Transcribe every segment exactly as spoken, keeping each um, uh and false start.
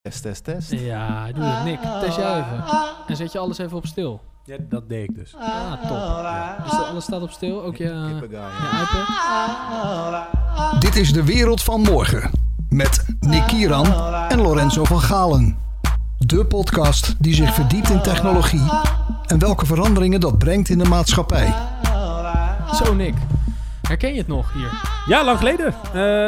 Test, test, test. Ja, doe het. Nick, test jij even. En zet je alles even op stil. Ja, dat deed ik dus. Ah, top. Ja. Dus alles staat op stil, ook je, uh, Kippenguy, je iPad. Dit is de wereld van morgen. Met Nick Kieran en Lorenzo van Galen. De podcast die zich verdiept in technologie en welke veranderingen dat brengt in de maatschappij. Zo Nick, herken je het nog hier? Ja, lang geleden. Uh,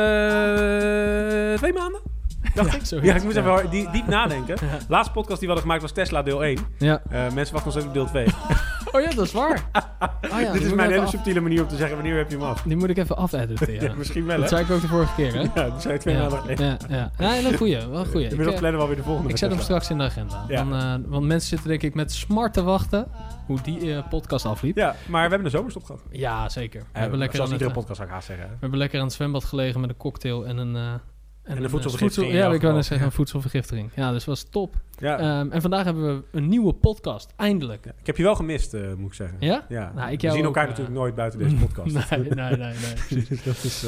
twee maanden. Dacht Ja, ik. zoiets. Ja, ik moest Ja. even die, diep nadenken. De laatste podcast die we hadden gemaakt was Tesla deel één. Ja. Uh, mensen wachten nog steeds op deel twee. Oh ja, dat is waar. Oh ja, Dit is moet mijn ik hele even subtiele manier om te zeggen wanneer heb je hem af. af- Die moet ik even afediten, ja. Ja, misschien wel, Dat hè? zei ik ook de vorige keer, hè? Ja, dat zei je twee ja, maanden geleden. ja, ja. Nee, een goeie, wel een goeie. Ik, Inmiddels eh, plannen we alweer de volgende. ik zet hem Tesla. straks in de agenda. Ja. Dan, uh, want mensen zitten denk ik met smart te wachten hoe die uh, podcast afliep. Ja, maar we hebben de zomerstop gehad. Ja, zeker. We Uh, hebben lekker zoals aan iedere het, podcast zou ik haast zeggen. hè. We hebben lekker aan het zwembad gelegen met een cocktail en een... Uh, En een uh, voedselvergiftiging voedsel- in Ja, jouw ik wou net geval. zeggen, een voedselvergiftiging. Ja, dus was top. Ja. Um, en vandaag hebben we een nieuwe podcast, eindelijk. Ik heb je wel gemist, uh, moet ik zeggen. Ja? Ja. Nou, ik we jou zien ook, elkaar uh, natuurlijk nooit buiten deze podcast. nee, nee, nee, nee. dat is uh,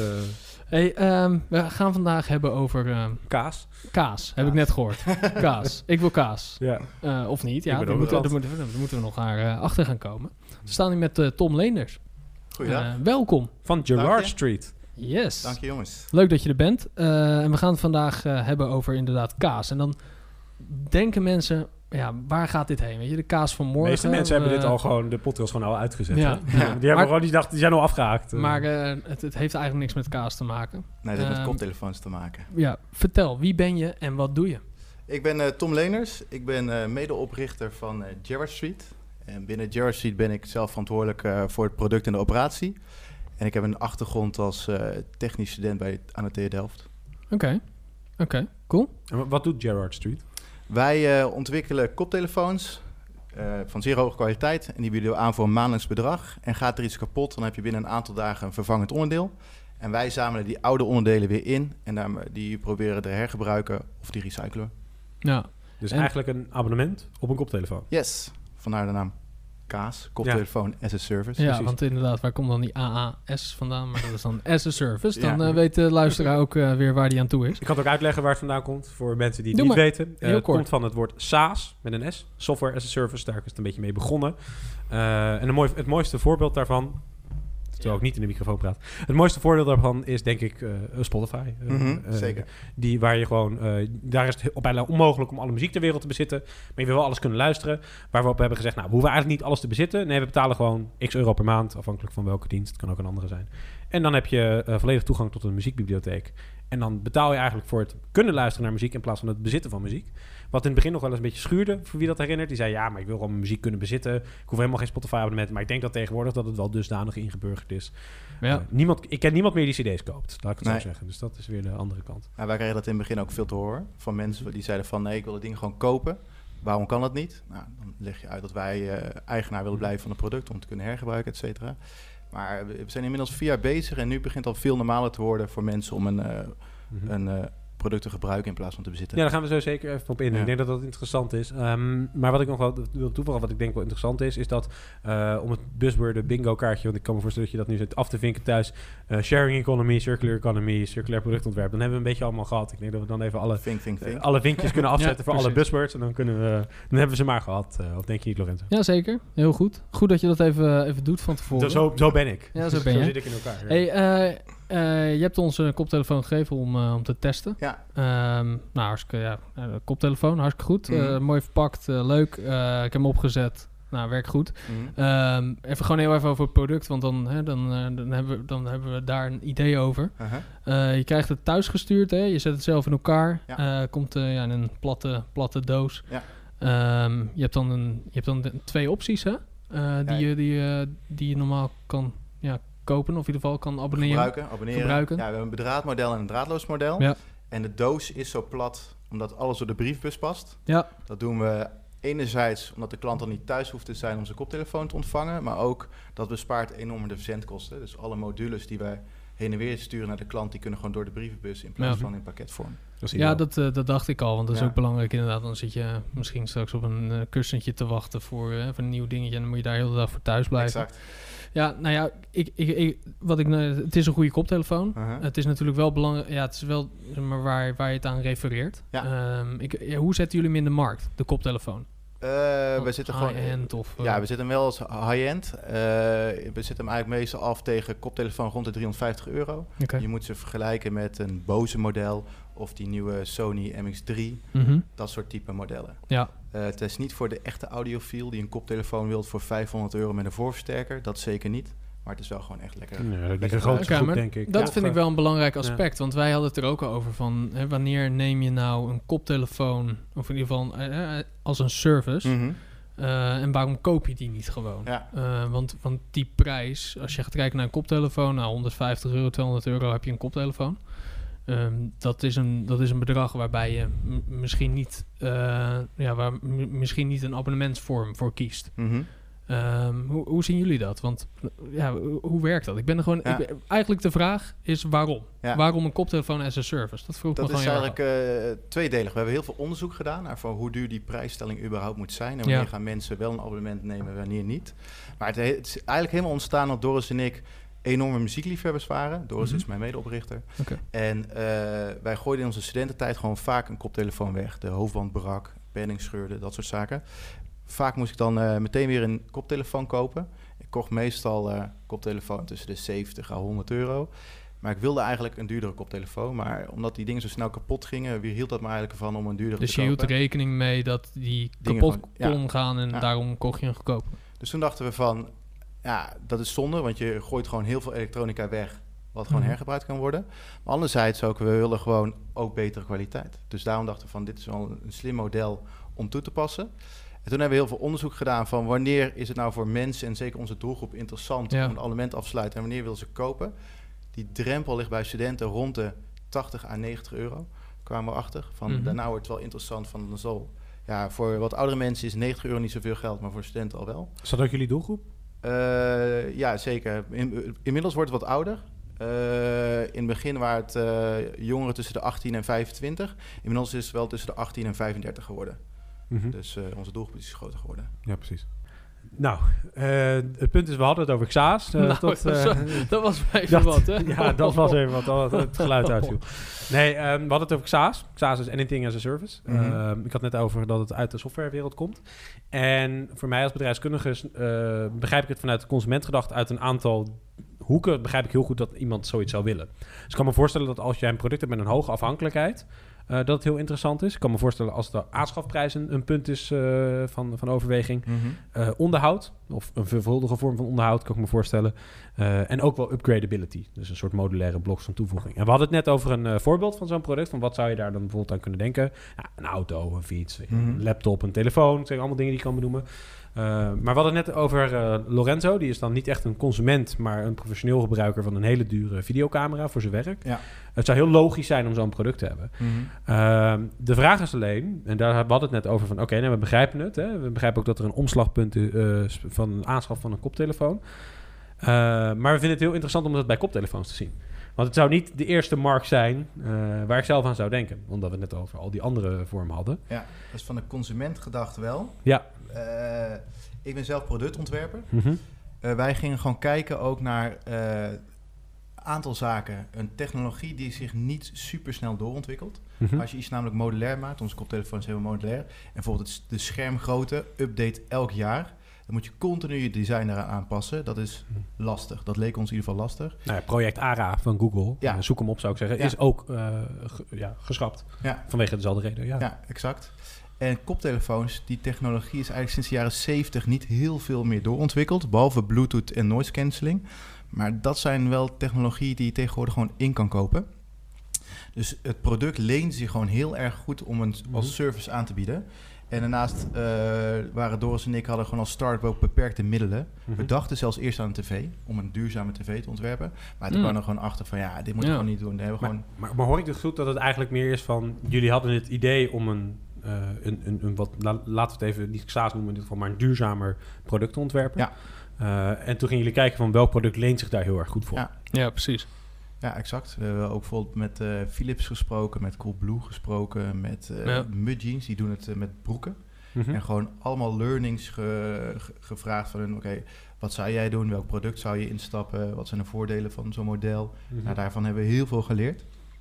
Hey, um, we gaan vandaag hebben over um, kaas. kaas. Heb ik net gehoord. Kaas. Ik wil kaas. Ja. Uh, of niet, ja. Ik ben Daar ook moeten, klant. daar moeten, we- daar moeten we nog naar uh, achter gaan komen. We staan hier met uh, Tom Leenders. Goeiedag. Uh, welkom. Van Dank Gerrard je. Street. Yes. Dank je jongens. Leuk dat je er bent. Uh, en we gaan het vandaag uh, hebben over inderdaad kaas. En dan denken mensen, ja, waar gaat dit heen? Weet je, de kaas van morgen. De meeste mensen hebben uh, dit al gewoon, de podcast gewoon al uitgezet. Ja. hè? Ja. Die, hebben Maar- gewoon, die, dachten, die zijn al afgehaakt. uh. Maar uh, het, het heeft eigenlijk niks met kaas te maken. Nee, dat heeft met Ehm, koptelefoons te maken. Ja, vertel, wie ben je en wat doe je? Ik ben uh, Tom Leenders. Ik ben uh, medeoprichter van uh, Gerrard Street. En binnen Gerrard Street ben ik zelf verantwoordelijk uh, voor het product en de operatie. En ik heb een achtergrond als uh, technisch student bij, aan de T U Delft. Oké, okay. oké, okay. Cool. En wat doet Gerrard Street? Wij uh, ontwikkelen koptelefoons uh, van zeer hoge kwaliteit. En die bieden we aan voor een maandelijks bedrag. En gaat er iets kapot, dan heb je binnen een aantal dagen een vervangend onderdeel. En wij zamelen die oude onderdelen weer in. En daar, die proberen te hergebruiken of die recyclen. Ja. Dus En- eigenlijk een abonnement op een koptelefoon. Yes, vandaar de naam. Kaas, koptelefoon as a service. Ja, precies. want inderdaad, waar komt dan die A A S vandaan? Maar dat is dan as a service. Dan Ja. uh, weet de luisteraar ook uh, weer waar die aan toe is. Ik kan het ook uitleggen waar het vandaan komt voor mensen die het Doe niet maar. weten. Uh, Heel het kort. komt van het woord SaaS met een S. Software as a Service, daar is het een beetje mee begonnen. Uh, en een mooi, het mooiste voorbeeld daarvan... Terwijl ik niet in de microfoon praat. Het mooiste voorbeeld daarvan is denk ik uh, Spotify. Uh, Mhm, uh, zeker. Die waar je gewoon... Uh, daar is het he- bijna onmogelijk om alle muziek ter wereld te bezitten. Maar je wil wel alles kunnen luisteren. Waar we op hebben gezegd... Nou, we hoeven eigenlijk niet alles te bezitten. Nee, we betalen gewoon x euro per maand. Afhankelijk van welke dienst. Het kan ook een andere zijn. En dan heb je uh, volledig toegang tot een muziekbibliotheek. En dan betaal je eigenlijk voor het kunnen luisteren naar muziek... in plaats van het bezitten van muziek. Wat in het begin nog wel eens een beetje schuurde, voor wie dat herinnert. Die zei, ja, maar ik wil gewoon mijn muziek kunnen bezitten. Ik hoef helemaal geen Spotify-abonnement. Maar ik denk dat tegenwoordig dat het wel dusdanig ingeburgerd is. Ja. Uh, niemand, ik ken niemand meer die cd's koopt, laat ik het Nee. zo zeggen. Dus dat is weer de andere kant. Nou, wij kregen dat in het begin ook veel te horen van mensen die zeiden van nee, ik wil het ding gewoon kopen. Waarom kan dat niet? Nou, dan leg je uit dat wij uh, eigenaar willen blijven van het product om te kunnen hergebruiken, et cetera. Maar we we zijn inmiddels vier jaar bezig en nu begint het al veel normaler te worden voor mensen om een, uh, Mm-hmm. een uh, product te gebruiken in plaats van te bezitten. Ja, daar gaan we zo zeker even op in. Ja. Ik denk dat dat interessant is. Um, maar wat ik nog wel wil toevoegen, wat ik denk wel interessant is, is dat uh, om het buzzword, de bingo kaartje, want ik kan me voorstellen dat je dat nu zit af te vinken thuis, uh, sharing economy, circular economy, circulair productontwerp, dan hebben we een beetje allemaal gehad. Ik denk dat we dan even alle, Think, think, think. uh, alle vinkjes kunnen afzetten Ja, voor alle precies. buzzwords en dan, kunnen we, dan hebben we ze maar gehad. Uh, of denk je niet, Lorenzo? Ja, zeker. Heel goed. Goed dat je dat even, even doet van tevoren. Zo, zo, zo ben ik. Ja, zo ben zo je. zit ik in elkaar. ja. Hey, uh, uh, je hebt ons een koptelefoon gegeven om, uh, om te testen. Ja, Um, nou, hartstikke, ja, uh, koptelefoon, hartstikke goed. Mhm. Uh, mooi verpakt, uh, leuk. Uh, ik heb hem opgezet. Nou, werkt goed. mhm. Um, even gewoon heel even over het product, want dan, hè, dan, uh, dan, hebben we, dan hebben we daar een idee over. Uh-huh. Uh, je krijgt het thuis gestuurd, hè? Je zet het zelf in elkaar. Ja. Uh, komt uh, ja, in een platte, platte doos. Ja. Um, je hebt dan, een, je hebt dan de, twee opties, hè? Uh, die, Ja. je, die, uh, die je normaal kan ja, kopen, of in ieder geval kan abonneren. Gebruiken, abonneren. Gebruiken. Ja, we hebben een bedraadmodel en een draadloos model. Ja. En de doos is zo plat omdat alles door de briefbus past. Ja, Dat doen we enerzijds omdat de klant dan niet thuis hoeft te zijn om zijn koptelefoon te ontvangen, maar ook dat bespaart enorm de verzendkosten. Dus alle modules die wij heen en weer sturen naar de klant. Die kunnen gewoon door de brievenbus in plaats Ja. van in pakketvorm. Dat is Ja, ideaal. dat, uh, dat dacht ik al, want dat is Ja. ook belangrijk inderdaad. Dan zit je misschien straks op een uh, kussentje te wachten voor, uh, voor een nieuw dingetje en dan moet je daar heel de hele dag voor thuis blijven. Exact. Ja, nou ja, ik, ik, ik, wat ik, uh, het is een goede koptelefoon. Uh-huh. Het is natuurlijk wel belangrijk, ja, het is wel zeg maar, waar, waar je het aan refereert. Ja. Um, ik, ja, hoe zetten jullie hem in de markt, de koptelefoon? Uh, we zitten gewoon... High-end of... Uh, Ja, we zitten hem wel als high-end. Uh, we zitten hem eigenlijk meestal af tegen koptelefoon rond de driehonderdvijftig euro. okay. Je moet ze vergelijken met een Bose model of die nieuwe Sony M X drie. Mm-hmm. Dat soort type modellen. Ja. Uh, het is niet voor de echte audiofiel die een koptelefoon wilt voor vijfhonderd euro met een voorversterker. Dat zeker niet. Maar het is wel gewoon echt lekker. Ja, dat is lekker een grote Oké, groep, maar denk ik. Dat Ja, vind ik wel een belangrijk aspect. Ja. Want wij hadden het er ook over van... Hè, wanneer neem je nou een koptelefoon... of in ieder geval uh, als een service... Mm-hmm. Uh, en waarom koop je die niet gewoon? Ja. Uh, want, want die prijs... als je gaat kijken naar een koptelefoon... nou, honderdvijftig euro, tweehonderd euro heb je een koptelefoon. Um, dat, is een, dat is een bedrag waarbij je m- misschien, niet, uh, ja, waar m- misschien niet een abonnementsvorm voor kiest. Mm-hmm. Um, hoe, hoe zien jullie dat? Want ja, hoe, hoe werkt dat? Ik ben er gewoon. Ja. Ik ben, eigenlijk de vraag is waarom? Ja. Waarom een koptelefoon as a service? Dat vroeg Dat me is gewoon eigenlijk uh, tweedelig. We hebben heel veel onderzoek gedaan naar voor hoe duur die prijsstelling überhaupt moet zijn. En wanneer Ja. gaan mensen wel een abonnement nemen, wanneer niet. Maar het, het is eigenlijk helemaal ontstaan dat Doris en ik enorme muziekliefhebbers waren. Doris Mm-hmm. is mijn medeoprichter. Okay. En uh, wij gooiden in onze studententijd gewoon vaak een koptelefoon weg. De hoofdband brak, penning scheurde, dat soort zaken. Vaak moest ik dan uh, meteen weer een koptelefoon kopen. Ik kocht meestal uh, koptelefoon tussen de zeventig à honderd euro. Maar ik wilde eigenlijk een duurdere koptelefoon. Maar omdat die dingen zo snel kapot gingen, weerhield dat me eigenlijk ervan om een duurdere Dus te je kopen. hield rekening mee dat die Dingen kapot gewoon- kon ja. gaan en Ja. daarom kocht je een goedkope. Dus toen dachten we van, ja, dat is zonde, want je gooit gewoon heel veel elektronica weg, wat gewoon Mhm. hergebruikt kan worden. Maar anderzijds ook, we willen gewoon ook betere kwaliteit. Dus daarom dachten we van, dit is wel een, een slim model om toe te passen. En toen hebben we heel veel onderzoek gedaan van wanneer is het nou voor mensen en zeker onze doelgroep interessant Ja. om een abonnement af te sluiten en wanneer willen ze kopen. Die drempel ligt bij studenten rond de tachtig à negentig euro, kwamen we achter. Van, Mhm. daarna wordt het wel interessant van, dan zal, ja, voor wat oudere mensen is negentig euro niet zoveel geld, maar voor studenten al wel. Is dat ook jullie doelgroep? Uh, ja, zeker. In, inmiddels wordt het wat ouder. Uh, in het begin waren het uh, jongeren tussen de achttien en vijfentwintig. Inmiddels is het wel tussen de achttien en vijfendertig geworden. Mm-hmm. Dus uh, onze doelgroep is groter geworden. Ja, precies. Nou, uh, het punt is, we hadden het over X A S. Uh, Nou, tot, dat, uh, was, dat was even dat, wat, hè? Ja, dat was even wat, dat het geluid uitviel. Nee, um, we hadden het over X A S. X A S is Anything as a Service. Mm-hmm. Um, ik had net over dat het uit de softwarewereld komt. En voor mij als bedrijfskundige uh, begrijp ik het vanuit de consumentgedachte uit een aantal hoeken. Begrijp ik heel goed dat iemand zoiets zou willen. Dus ik kan me voorstellen dat als jij een product hebt met een hoge afhankelijkheid, Uh, dat het heel interessant is. Ik kan me voorstellen als de aanschafprijs een, een punt is uh, van, van overweging. Mm-hmm. Uh, onderhoud, of een vervuldige vorm van onderhoud, kan ik me voorstellen. Uh, en ook wel upgradability. Dus een soort modulaire bloks van toevoeging. En we hadden het net over een uh, voorbeeld van zo'n product. Van wat zou je daar dan bijvoorbeeld aan kunnen denken? Ja, een auto, een fiets, Mm-hmm. een laptop, een telefoon. Dat zijn allemaal dingen die je kan benoemen. Uh, maar we hadden het net over uh, Lorenzo. Die is dan niet echt een consument, maar een professioneel gebruiker van een hele dure videocamera voor zijn werk. Ja. Het zou heel logisch zijn om zo'n product te hebben. Mm-hmm. Uh, de vraag is alleen, en daar hadden we het net over van, oké, okay, nee, we begrijpen het. Hè? We begrijpen ook dat er een omslagpunt is uh, van een aanschaf van een koptelefoon. Uh, maar we vinden het heel interessant om dat bij koptelefoons te zien. Want het zou niet de eerste markt zijn uh, waar ik zelf aan zou denken. Omdat we het net over al die andere vormen hadden. Ja, dat is van de consument gedacht wel. Ja. Uh, ik ben zelf productontwerper. Mm-hmm. Uh, wij gingen gewoon kijken ook naar uh, aantal zaken. Een technologie die zich niet super snel doorontwikkelt. Mm-hmm. Als je iets namelijk modulair maakt, onze koptelefoon is helemaal modulair. En bijvoorbeeld de schermgrootte update elk jaar. Dan moet je continu je design eraan aanpassen. Dat is lastig. Dat leek ons in ieder geval lastig. Nou ja, project A R A van Google, Ja. uh, zoek hem op zou ik zeggen, Ja. is ook uh, ge, ja, geschrapt. Ja. Vanwege dezelfde reden. Ja. Ja, exact. En koptelefoons, die technologie is eigenlijk sinds de jaren zeventig niet heel veel meer doorontwikkeld. Behalve Bluetooth en noise cancelling. Maar dat zijn wel technologieën die je tegenwoordig gewoon in kan kopen. Dus het product leent zich gewoon heel erg goed om een als service aan te bieden. En daarnaast uh, waren Doris en ik hadden gewoon als start ook beperkte middelen. Mm-hmm. We dachten zelfs eerst aan een tv, om een duurzame tv te ontwerpen. Maar toen Mm. kwamen we er gewoon achter van ja, dit moeten we Ja. gewoon niet doen. Dan hebben we Maar, gewoon... maar, maar hoor ik dus goed dat het eigenlijk meer is van, jullie hadden het idee om een, uh, een, een, een wat, la, laten we het even niet X A S noemen in dit geval, maar een duurzamer product te ontwerpen. Ja. Uh, en toen gingen jullie kijken van welk product leent zich daar heel erg goed voor. Ja. Ja, precies. Ja, exact. We hebben ook bijvoorbeeld met uh, Philips gesproken, met Coolblue gesproken, met uh, Ja. Mudjeans, die doen het uh, met broeken. Mhm. En gewoon allemaal learnings ge- ge- gevraagd van hun, oké, okay, wat zou jij doen? Welk product zou je instappen? Wat zijn de voordelen van zo'n model? Mhm. Nou, daarvan hebben we heel veel geleerd.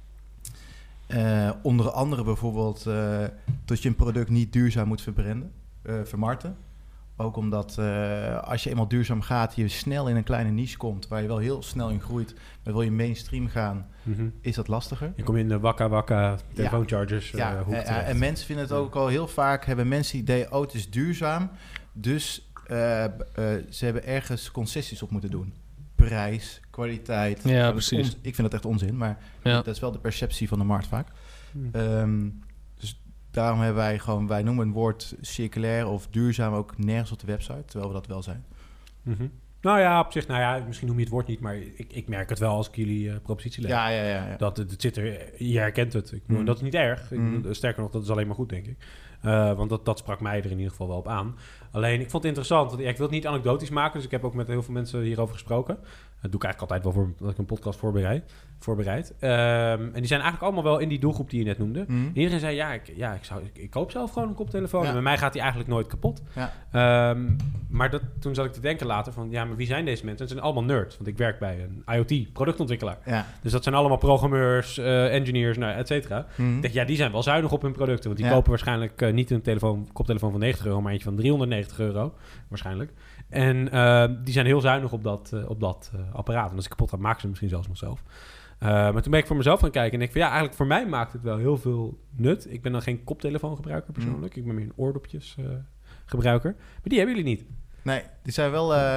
Uh, onder andere bijvoorbeeld uh, dat je een product niet duurzaam moet verbranden, uh, vermarkten. Ook omdat uh, als je eenmaal duurzaam gaat, je snel in een kleine niche komt, waar je wel heel snel in groeit. Maar wil je mainstream gaan, Mhm. is dat lastiger. Je komt in de wakka wakka telefoonchargers uh, Ja, hoek en, terecht. en mensen vinden het ook al heel vaak, hebben mensen het idee, oh, het is duurzaam. Dus uh, uh, ze hebben ergens concessies op moeten doen. Prijs, kwaliteit. Ja, Nou, dat is precies. on- ik vind dat echt onzin, maar Ja. dat is wel de perceptie van de markt vaak. Mhm. Um, dus daarom hebben wij gewoon, wij noemen een woord circulair of duurzaam ook nergens op de website, terwijl we dat wel zijn. Mhm. Nou ja, op zich, nou ja, misschien noem je het woord niet, maar ik, ik merk het wel als ik jullie uh, propositie lees. Ja, ja, ja. ja. Dat het, het zit er, je herkent het. Ik bedoel, Mm. Dat is niet erg. Ik Mm. bedoel, sterker nog, dat is alleen maar goed, denk ik. Uh, want dat, dat sprak mij er in ieder geval wel op aan. Alleen, ik vond het interessant. Want, ja, ik wil het niet anekdotisch maken, dus ik heb ook met heel veel mensen hierover gesproken. Dat doe ik eigenlijk altijd wel voor dat ik een podcast voorbereid. voorbereid. Um, en die zijn eigenlijk allemaal wel in die doelgroep die je net noemde. Mm. Iedereen zei, ja, ik, ja ik, zou, ik, ik koop zelf gewoon een koptelefoon. Ja. En bij mij gaat die eigenlijk nooit kapot. Ja. Um, maar dat, toen zat ik te denken later van, ja, maar wie zijn deze mensen? Het zijn allemaal nerds, want ik werk bij een IoT-productontwikkelaar. Ja. Dus dat zijn allemaal programmeurs, uh, engineers, nou, et cetera. Mm. Ik dacht, ja, die zijn wel zuinig op hun producten. Want die Ja. kopen waarschijnlijk uh, niet een telefoon, koptelefoon van negentig euro, maar eentje van driehonderdnegentig euro. Waarschijnlijk. En uh, die zijn heel zuinig op dat, uh, op dat uh, apparaat. En als ik kapot ga, maken ze misschien zelfs nog zelf. Uh, maar toen ben ik voor mezelf gaan kijken. En ik van ja, eigenlijk voor mij maakt het wel heel veel nut. Ik ben dan geen koptelefoongebruiker persoonlijk. Mm. Ik ben meer een oordopjes uh, gebruiker. Maar die hebben jullie niet. Nee, die zijn wel... Uh,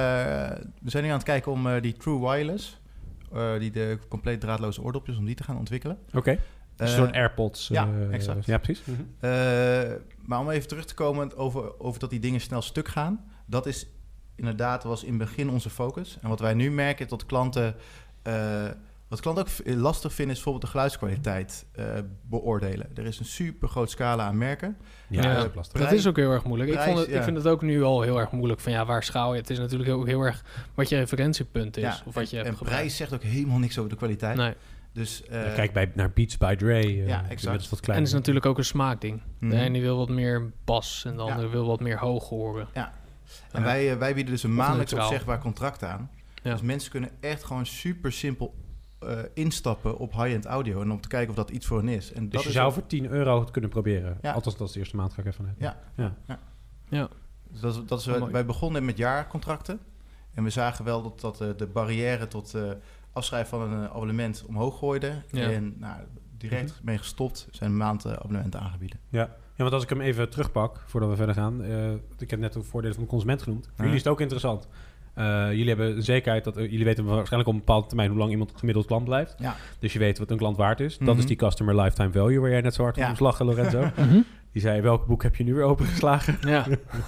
we zijn nu aan het kijken om uh, die True Wireless... Uh, die de compleet draadloze oordopjes, om die te gaan ontwikkelen. Oké. Okay. Uh, een soort AirPods. Ja, uh, exact. Ja, precies. Mm-hmm. Uh, maar om even terug te komen over, over dat die dingen snel stuk gaan. Dat is inderdaad, was in het begin onze focus. En wat wij nu merken, dat klanten... Uh, wat klanten ook lastig vinden, is bijvoorbeeld de geluidskwaliteit uh, beoordelen. Er is een super groot scala aan merken. Ja, ja, dat, lastig. dat is ook heel erg moeilijk. Prijs, ik, vond het, ja. ik vind het ook nu al heel erg moeilijk van ja, waar schaal je? Het is natuurlijk ook heel erg wat je referentiepunt is. Ja, of wat je en hebt en prijs zegt ook helemaal niks over de kwaliteit. Nee. Dus, uh, ja, kijk bij, naar Beats by Dre. Uh, ja, exact. Wat en het is natuurlijk ook een smaakding. Mm-hmm. De ene wil wat meer bas en de andere ja. wil wat meer hoog horen. Ja. En ja. wij, uh, wij bieden dus een maandelijks opzegbaar contract aan. Ja. Dus mensen kunnen echt gewoon super simpel uh, instappen op high-end audio en om te kijken of dat iets voor hen is. En dus dat je is zou ook... voor tien euro het kunnen proberen? Ja. Althans, dat is de eerste maand, ga ik even hebben. Ja. ja. ja. ja. Dus dat is, dat is, oh, wij begonnen met jaarcontracten. En we zagen wel dat, dat uh, de barrière tot uh, afschrijven van een uh, abonnement omhoog gooide. Ja. En nou, direct mm-hmm. mee gestopt, zijn een maand uh, abonnementen aangeboden. Ja. ja, want als ik hem even terugpak, voordat we verder gaan. Uh, ik heb net de voordelen van de consument genoemd. Voor ja. jullie is het ook interessant. Uh, jullie hebben een zekerheid dat... Uh, jullie weten waarschijnlijk op een bepaalde termijn hoe lang iemand gemiddeld klant blijft. Ja. Dus je weet wat een klant waard is. Mm-hmm. Dat is die customer lifetime value waar jij net zo hard ja. om moest lachen, Lorenzo. mm-hmm. Die zei, welk boek heb je nu weer opengeslagen? Ja.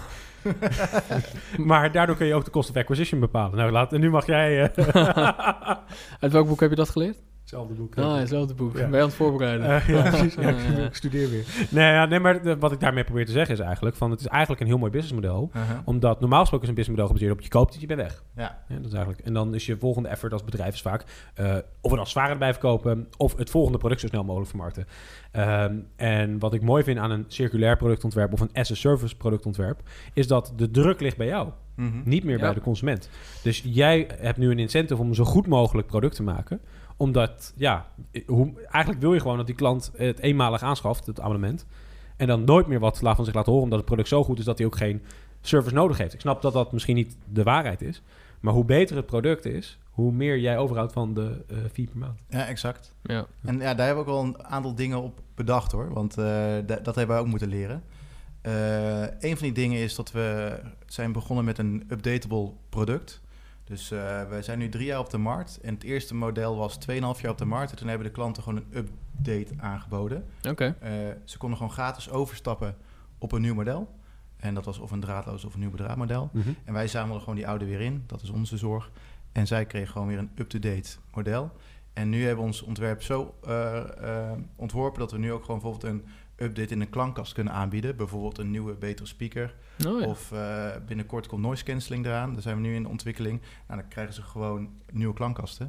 Maar daardoor kun je ook de cost of acquisition bepalen. Nou, laat, en nu mag jij... Uh Uit welk boek heb je dat geleerd? Hetzelfde boek. Ah, hetzelfde boek. Ja. Ben je aan het voorbereiden? Uh, ja, precies. Ja, ik, ik studeer weer. Nee, ja, nee maar de, wat ik daarmee probeer te zeggen is eigenlijk... van het is eigenlijk een heel mooi businessmodel. Uh-huh. Omdat normaal gesproken is een businessmodel gebaseerd op... je koopt het, je bent weg. Ja. Ja, dat is eigenlijk, en dan is je volgende effort als bedrijf is vaak... Uh, of het als zware erbij verkopen... of het volgende product zo snel mogelijk vermarkten. Um, en wat ik mooi vind aan een circulair productontwerp... of een as-a-service productontwerp... is dat de druk ligt bij jou. Mm-hmm. Niet meer ja. bij de consument. Dus jij hebt nu een incentive om een zo goed mogelijk product te maken... Omdat, ja, hoe, eigenlijk wil je gewoon dat die klant het eenmalig aanschaft, het abonnement. En dan nooit meer wat van zich laten horen, omdat het product zo goed is dat hij ook geen service nodig heeft. Ik snap dat dat misschien niet de waarheid is. Maar hoe beter het product is, hoe meer jij overhoudt van de uh, fee per maand. Ja, exact. Ja. En ja, daar hebben we ook wel een aantal dingen op bedacht hoor. Want uh, d- dat hebben wij ook moeten leren. Uh, een van die dingen is dat we zijn begonnen met een updatable product. Dus uh, wij zijn nu drie jaar op de markt. En het eerste model was tweeënhalf jaar op de markt. En toen hebben de klanten gewoon een update aangeboden. Oké. Okay. Uh, ze konden gewoon gratis overstappen op een nieuw model. En dat was of een draadloos of een nieuw bedraadmodel. Mm-hmm. En wij zamelden gewoon die oude weer in. Dat is onze zorg. En zij kregen gewoon weer een up-to-date model. En nu hebben we ons ontwerp zo uh, uh, ontworpen... dat we nu ook gewoon bijvoorbeeld een update in een klankkast kunnen aanbieden. Bijvoorbeeld een nieuwe, betere speaker. Oh, ja. Of uh, binnenkort komt noise cancelling eraan. Daar zijn we nu in de ontwikkeling. Nou, dan krijgen ze gewoon nieuwe klankkasten.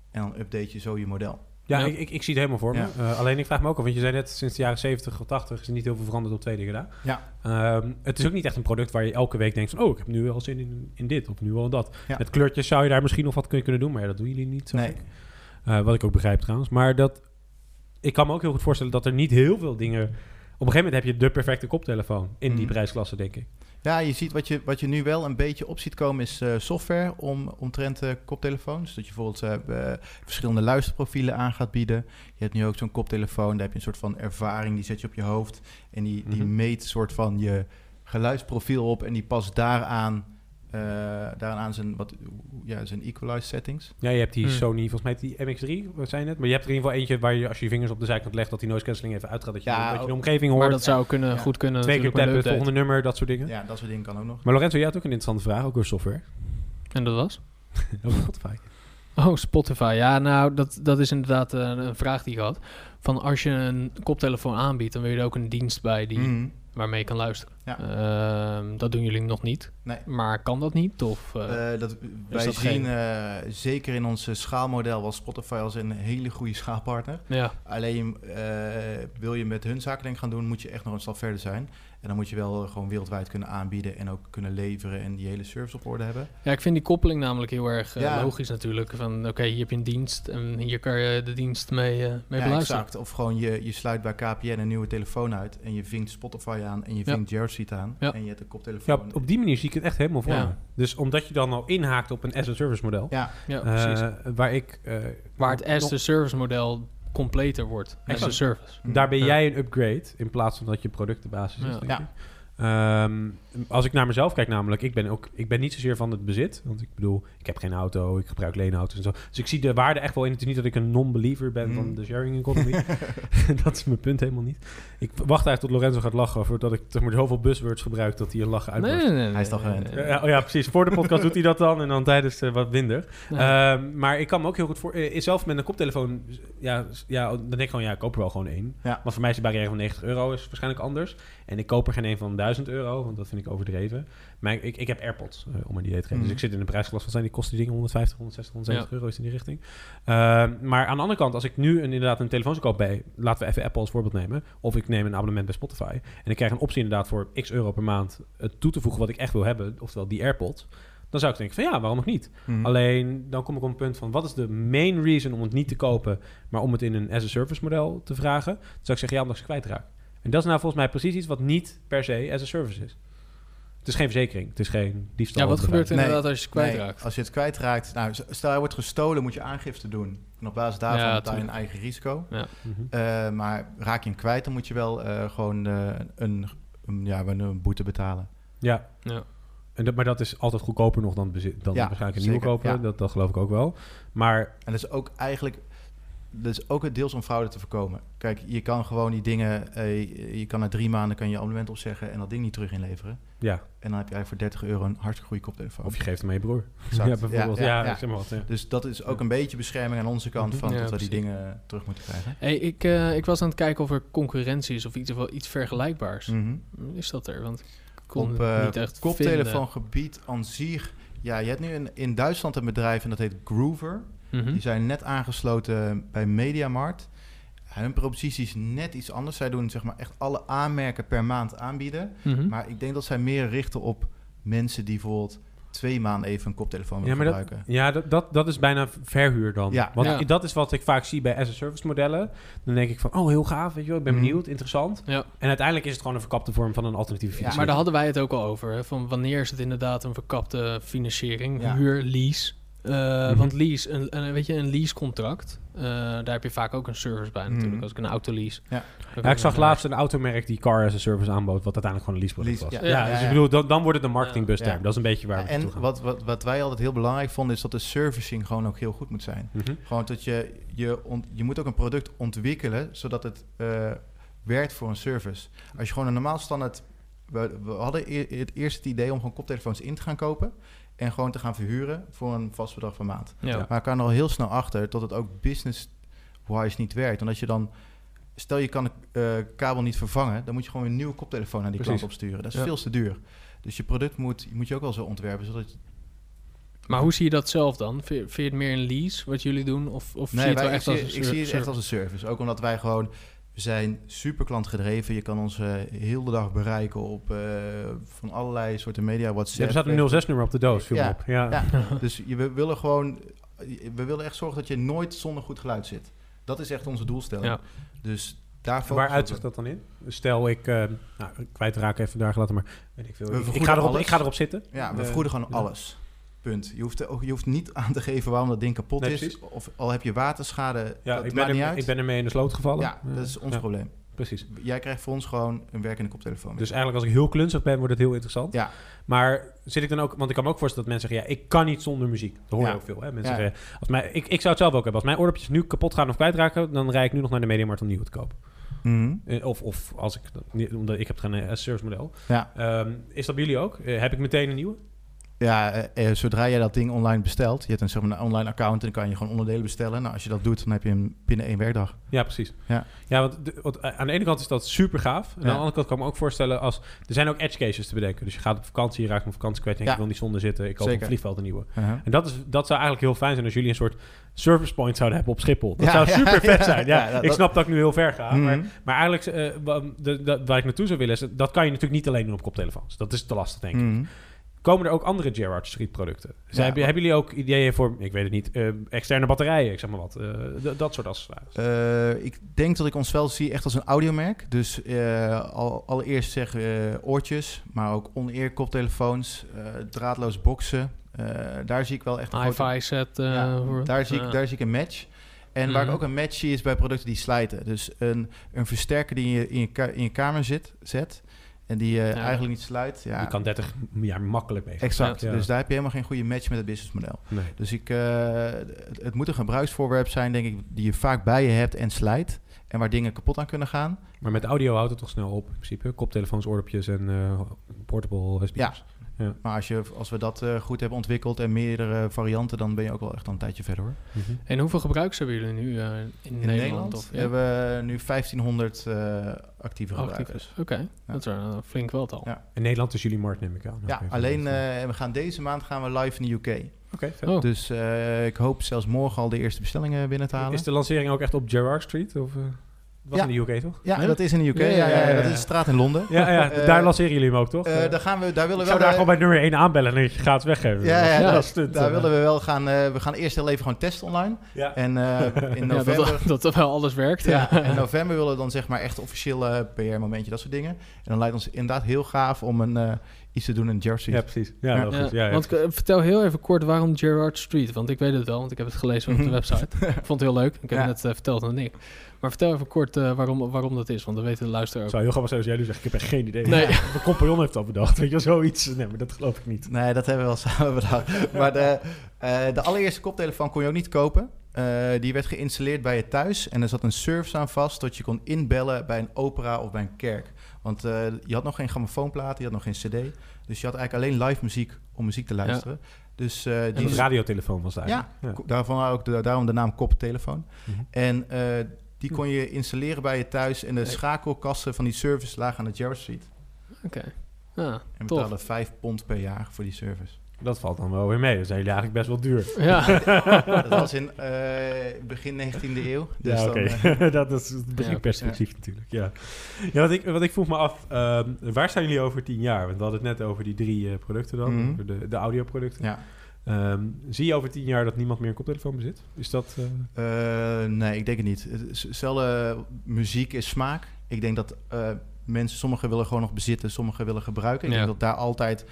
En dan update je zo je model. Ja, Ja. Ik, ik, ik zie het helemaal voor Ja. me. Uh, alleen ik vraag me ook af, want je zei net sinds de jaren zeventig of tachtig is er niet heel veel veranderd op twee dingen gedaan. Ja. Um, het is ook niet echt een product waar je elke week denkt van, oh, ik heb nu wel zin in, in dit of nu wel in dat. Ja. Met kleurtjes zou je daar misschien nog wat kunnen, kunnen doen, maar ja, dat doen jullie niet. Zo Nee. uh, wat ik ook begrijp trouwens. Maar dat, ik kan me ook heel goed voorstellen dat er niet heel veel dingen... Op een gegeven moment heb je de perfecte koptelefoon in die Mhm. prijsklasse, denk ik. Ja, je ziet wat je, wat je nu wel een beetje op ziet komen is uh, software om, omtrent uh, koptelefoons. Dat je bijvoorbeeld uh, uh, verschillende luisterprofielen aan gaat bieden. Je hebt nu ook zo'n koptelefoon, daar heb je een soort van ervaring, die zet je op je hoofd. En die, die Mhm. meet een soort van je geluidsprofiel op en die past daaraan, uh, daaraan zijn, wat, ja, zijn equalize settings. Ja, je hebt die Hmm. Sony, volgens mij die M X drie, wat zijn het? Maar je hebt er in ieder geval eentje waar je als je je vingers op de zijkant legt, dat die noise cancelling even uitgaat, dat je, Ja, dat je de ook- omgeving hoort. Maar dat zou kunnen, Ja. goed kunnen. Twee keer natuurlijk tappen, met het een volgende nummer, dat soort dingen. Ja, dat soort dingen kan ook nog. Maar Lorenzo, jij had ook een interessante vraag, ook over software. update. En dat was? Over Spotify. Oh, Spotify. Ja, nou, dat, dat is inderdaad uh, een vraag die ik had. Van als je een koptelefoon aanbiedt, dan wil je er ook een dienst bij die, Mhm. waarmee je kan luisteren. Ja. Ehm, dat doen jullie nog niet. Nee. Maar kan dat niet? Of, uh, Uh, dat, wij dat zien, geen- uh, zeker in ons schaalmodel was Spotify als een hele goede schaalpartner. ja. Alleen uh, wil je met hun zaken denk ik gaan doen, moet je echt nog een stap verder zijn. En dan moet je wel uh, gewoon wereldwijd kunnen aanbieden en ook kunnen leveren en die hele service op orde hebben. ja, ik vind die koppeling namelijk heel erg uh, Ja. logisch natuurlijk. Van oké, hier heb je een dienst en hier kan je de dienst mee, uh, mee Ja, beluisteren. exact. Of gewoon je, je sluit bij K P N een nieuwe telefoon uit en je vinkt Spotify aan en je Ja. vinkt Jaredseat aan Ja. en je hebt een Ja, koptelefoon. op, op die manier zie ik het echt helemaal voor Ja. me. Dus omdat je dan al inhaakt op een as-a-service model, Ja, Ja, uh, precies. waar ik... Uh, Waar het as nog- a service model completer wordt. As a Exact. service. Daar ben Ja. jij een upgrade in plaats van dat je product de basis is. Ja. Denk Ja. ik. Um, als ik naar mezelf kijk namelijk, ik ben, ook, ik ben niet zozeer van het bezit. Want ik bedoel, ik heb geen auto, ik gebruik leenauto's en zo. Dus ik zie de waarde echt wel in. Het is niet dat ik een non-believer ben Mm. van de sharing economy. Dat is mijn punt helemaal niet. Ik wacht eigenlijk tot Lorenzo gaat lachen, voordat ik zeg maar, zoveel buzzwords gebruik dat hij een lachen Nee, uitbarst. nee, nee, Hij is al nee, gewend. nee, nee. Ja, oh ja, precies. Voor de podcast doet hij dat dan en dan tijdens uh, wat minder. Ja. Um, maar ik kan me ook heel goed voor... Uh, zelf met een koptelefoon... Ja, ja, dan denk ik gewoon, ja, ik koop er wel gewoon één. Ja. Maar voor mij is de barrière van negentig euro is waarschijnlijk anders. En ik koop er geen een van duizend euro, want dat vind ik overdreven. Maar ik, ik heb AirPods, uh, om een idee te geven. Mm. Dus ik zit in de prijsklasse. Wat zijn die kosten die dingen? honderdvijftig, honderdzestig, honderdzeventig Ja. euro is in die richting. Uh, maar aan de andere kant, als ik nu een, inderdaad een telefoon zou kopen bij... Laten we even Apple als voorbeeld nemen. Of ik neem een abonnement bij Spotify. En ik krijg een optie inderdaad voor x euro per maand... Uh, toe te voegen wat ik echt wil hebben. Oftewel die AirPods. Dan zou ik denken van ja, waarom nog niet? Mhm. Alleen dan kom ik op een punt van wat is de main reason om het niet te kopen, maar om het in een as-a-service model te vragen? Dan zou ik zeggen ja, omdat ik ze kwijtraak. En dat is nou volgens mij precies iets wat niet per se as-a-service is. Het is geen verzekering, het is geen diefstal. Ja, wat of gebeurt er Nee, inderdaad als je het Nee, kwijtraakt? als je het kwijtraakt, nou, stel hij wordt gestolen, moet je aangifte doen. En op basis daarvan Ja, betaal je een tuurlijk. eigen risico. Ja. Mhm. Uh, maar raak je hem kwijt, dan moet je wel uh, gewoon uh, een, een, ja, een boete betalen. Ja. Ja. En dat, maar dat is altijd goedkoper nog dan, bezit, dan Ja, waarschijnlijk een nieuwe zeker, kopen. ja. Dat, dat geloof ik ook wel. Maar En dat is ook eigenlijk, dat is ook het deels om fraude te voorkomen. Kijk, je kan gewoon die dingen, uh, je kan na drie maanden kan je abonnement opzeggen en dat ding niet terug inleveren. ja, En dan heb je eigenlijk voor dertig euro een hartstikke goede koptelefoon. of je geeft hem aan je broer. Exact. Ja, bijvoorbeeld. Ja, Ja, ja, ja, ja. zeg maar wat. Ja. Dus dat is ook Ja. een beetje bescherming aan onze kant van Ja, dat we die precies. dingen terug moeten krijgen. Hey, ik, uh, ik was aan het kijken of er concurrentie is of iets, of iets vergelijkbaars. Mm-hmm. Is dat er? Want ik kon Op het uh, niet echt vinden. koptelefoongebied aan zich. Ja, je hebt nu in, in Duitsland een bedrijf en dat heet Groover. Mhm. Die zijn net aangesloten bij Mediamarkt. Ja, hun propositie is net iets anders. Zij doen zeg maar echt alle aanmerken per maand aanbieden. Mhm. Maar ik denk dat zij meer richten op mensen die bijvoorbeeld twee maanden even een koptelefoon Ja, willen maar dat, gebruiken. ja dat, dat, dat is bijna verhuur dan. Ja. Want Ja. ik- dat is wat ik vaak zie bij as-a-service modellen. Dan denk ik van, oh, heel gaaf, weet je wel. Ik ben Mhm. benieuwd, interessant. Ja. En uiteindelijk is het gewoon een verkapte vorm van een alternatieve Ja, financiering. Maar daar hadden wij het ook al over. Hè? Van wanneer is het inderdaad een verkapte financiering? Ja. Huur, lease. Uh, Mhm. Want lease, een, een, weet je, een leasecontract, uh, daar heb je vaak ook een service bij natuurlijk. Mhm. Als ik een auto lease. Ja. Ja, ik zag laatst een automerk die car as a service aanbood, wat uiteindelijk gewoon een leaseproduct was. Lease, Ja, ja. Ja, dus ja, ik ja. bedoel, dan, dan wordt het een marketingbus term. Ja. Dat is een beetje waar we naartoe En gaan. wat, wat, wat wij altijd heel belangrijk vonden is dat de servicing gewoon ook heel goed moet zijn. Mhm. Gewoon dat je, je, ont, je moet ook een product ontwikkelen zodat het uh, werkt voor een service. Als je gewoon een normaal standaard... We, we hadden e- het eerst het idee om gewoon koptelefoons in te gaan kopen en gewoon te gaan verhuren voor een vast bedrag per maand. Ja. Maar ik kwam er al heel snel achter dat het ook business-wise niet werkt. En als je dan... Stel je kan de uh, kabel niet vervangen, dan moet je gewoon een nieuwe koptelefoon naar die Precies. klant opsturen. Dat is Ja. veel te duur. Dus je product moet, moet je ook wel zo ontwerpen zodat je Maar hoe zie je dat zelf dan? Vind, vind je het meer een lease wat jullie doen? Of, of Nee, zie je het wij, wel echt ik, als zie, een ik ser- zie het echt service? als een service. Ook omdat wij gewoon... We zijn super klantgedreven. Je kan ons uh, heel de dag bereiken op uh, van allerlei soorten media. WhatsApp. Er staat een nul zes nummer op de doos, viel me Ja. op. Ja. Ja, dus je, we willen gewoon... We willen echt zorgen dat je nooit zonder goed geluid zit. Dat is echt onze doelstelling. Ja. Dus daar Waar uitzicht dat dan in? Stel, ik uh, nou, kwijtraak even daar gelaten, maar weet ik veel. We Ik, ik, vergoeden ga erop, alles. ik ga erop zitten. Ja, we Uh, vergoeden gewoon ja. alles. Punt. Je hoeft, ook, je hoeft niet aan te geven waarom dat ding kapot Nee, is. precies. Of al heb je waterschade, Ja, dat ik, maakt ben niet er, uit. ik ben ermee in de sloot gevallen. Ja, dat is ons Ja, probleem. precies. Jij krijgt voor ons gewoon een werkende koptelefoon. Dus eigenlijk als ik heel klunzig ben, wordt het heel interessant. Ja. Maar zit ik dan ook... Want ik kan me ook voorstellen dat mensen zeggen... Ja, ik kan niet zonder muziek. Dat hoor je Ja. ook veel. Hè? Mensen Ja. zeggen... Als mij, ik, ik zou het zelf ook hebben. Als mijn oordopjes nu kapot gaan of kwijtraken... dan rijd ik nu nog naar de Mediamarkt om nieuwe te kopen. Mm-hmm. Eh, Of, of als ik... niet- Omdat ik heb geen uh, service model. Ja. Um, is dat bij jullie ook? Uh, heb ik meteen een nieuwe? Ja, eh, eh, zodra jij dat ding online bestelt, je hebt een, zeg maar, een online account en dan kan je gewoon onderdelen bestellen. Nou, als je dat doet, dan heb je hem binnen één werkdag. Ja, precies. Ja. Ja, want, de, want uh, aan de ene kant is dat super gaaf. En Ja. aan de andere kant kan ik me ook voorstellen als... Er zijn ook edge cases te bedenken. Dus je gaat op vakantie, je raakt een vakantie kwijt... en Ja. ik wil niet zonder zitten. Ik koop op Zeker. een vliegveld een nieuwe. Uh-huh. En dat, is, dat zou eigenlijk heel fijn zijn als jullie een soort service point zouden hebben op Schiphol. Dat Ja, zou ja, super vet ja, zijn. Ja, ja, dat- ik snap dat ik nu heel ver ga. Mhm. Maar, maar eigenlijk, uh, wa- de, de, waar ik naartoe zou willen is... Dat kan je natuurlijk niet alleen doen op koptelefoons. Dat is te lastig, denk ik. Mhm. Komen er ook andere Gerard Street producten? Dus Ja, hebben, maar- hebben jullie ook ideeën voor, ik weet het niet, uh, externe batterijen, ik zeg maar wat. Uh, d- dat soort accessoires. Uh, ik denk dat ik ons wel zie echt als een audiomerk. Dus uh, al, allereerst zeggen we uh, oortjes, maar ook on-ear koptelefoons, uh, draadloos boxen. Uh, daar zie ik wel echt een grote... Hi-fi set. Uh, Ja, voor- daar, zie ik, ja. daar zie ik een match. En waar Mhm. ik ook een match zie is bij producten die slijten. Dus een, een versterker die je in je, ka- in je kamer zit, zet en die uh, Ja. eigenlijk niet sluit. Ja, Je kan dertig jaar makkelijk mee. exact. Ja. Dus daar heb je helemaal geen goede match met het businessmodel. Nee. Dus ik, uh, het, het moet een gebruiksvoorwerp zijn, denk ik, die je vaak bij je hebt en slijt. En waar dingen kapot aan kunnen gaan. Maar met audio houdt het toch snel op, in principe. Koptelefoons, oordopjes en uh, portable speakers. Ja. Maar als, je, als we dat uh, goed hebben ontwikkeld en meerdere varianten, dan ben je ook wel echt al een tijdje verder, hoor. Mm-hmm. En hoeveel gebruikers hebben jullie nu uh, in, In Nederland? Nederland Of, ja? hebben we nu vijftienhonderd uh, actieve gebruikers. Actief. Oké, okay. Ja. dat is uh, flink wel al. Ja. En Nederland is jullie markt, neem ik aan. Ja, Oké, alleen van- uh, we gaan deze maand gaan we live in de U K. Oké, okay, Oh. Dus uh, ik hoop zelfs morgen al de eerste bestellingen binnen te halen. Is de lancering ook echt op Gerrard Street? Of, uh, was Ja. in de U K, toch? Ja, Nee? dat is in de U K. Ja, Ja, ja, ja, ja, ja, dat ja. is een straat in Londen. Ja, ja Uh, daar lanceren jullie hem ook, toch? Uh, daar gaan we, daar willen ik we zou wel... daar de- gewoon bij nummer één aanbellen en je gaat het weggeven. Ja, ja, Ja, dat- stunt, daar uh, willen we wel gaan... Uh, we gaan eerst heel even gewoon testen online. Ja. En uh, in Ja, november... dat, dat wel alles werkt. Ja, Ja. in november willen we dan zeg maar echt officieel uh, P R-momentje, dat soort dingen. En dan lijkt ons inderdaad heel gaaf om een, uh, iets te doen in Jersey. Ja, precies. Ja, Ja. heel Ja, goed. Ja, ja. want uh, vertel heel even kort waarom Gerrard Street. Want ik weet het wel, want ik heb het gelezen op de website. Ik vond het heel leuk. Ik heb Ja. het net uh, verteld aan Nick. Maar vertel even kort uh, waarom, waarom dat is, want dan weten de luisteraar Het ook. zou heel grappig zijn als jij nu zegt, ik heb echt geen idee. Nee. Ja, mijn compagnon heeft dat bedacht, weet je, zoiets. Nee, maar dat geloof ik niet. Nee, dat hebben we wel samen bedacht. Maar de, uh, de allereerste koptelefoon kon je ook niet kopen. Uh, die werd geïnstalleerd bij je thuis. En er zat een service aan vast dat je kon inbellen bij een opera of bij een kerk. Want uh, je had nog geen grammofoonplaten, je had nog geen cd. Dus je had eigenlijk alleen live muziek om muziek te luisteren. Ja. Dus, uh, die Die is- radiotelefoon was daar. Ja, ko- daarvan ook de, daarom de naam koptelefoon. Mhm. En uh, die kon je installeren bij je thuis. En de schakelkasten van die service lagen aan de Gerrard Street. Oké, ja, En we tof. betalen vijf pond per jaar voor die service. Dat valt dan wel weer mee. Dat zijn jullie eigenlijk best wel duur. Ja, Dat was in uh, begin negentiende eeuw. Dus ja, oké. dan, uh, dat is het beginperspectief Ja. natuurlijk. Ja, ja wat, ik, wat ik vroeg me af, uh, waar staan jullie over tien jaar? Want we hadden het net over die drie uh, producten dan, Mhm. over de, de audioproducten. ja. Um, zie je over tien jaar dat niemand meer een koptelefoon bezit? Is dat... Uh... Uh, nee, ik denk het niet. Zelfde muziek is smaak. Ik denk dat uh, mensen, sommigen willen gewoon nog bezitten, sommigen willen gebruiken. Ik Ja. denk dat daar altijd...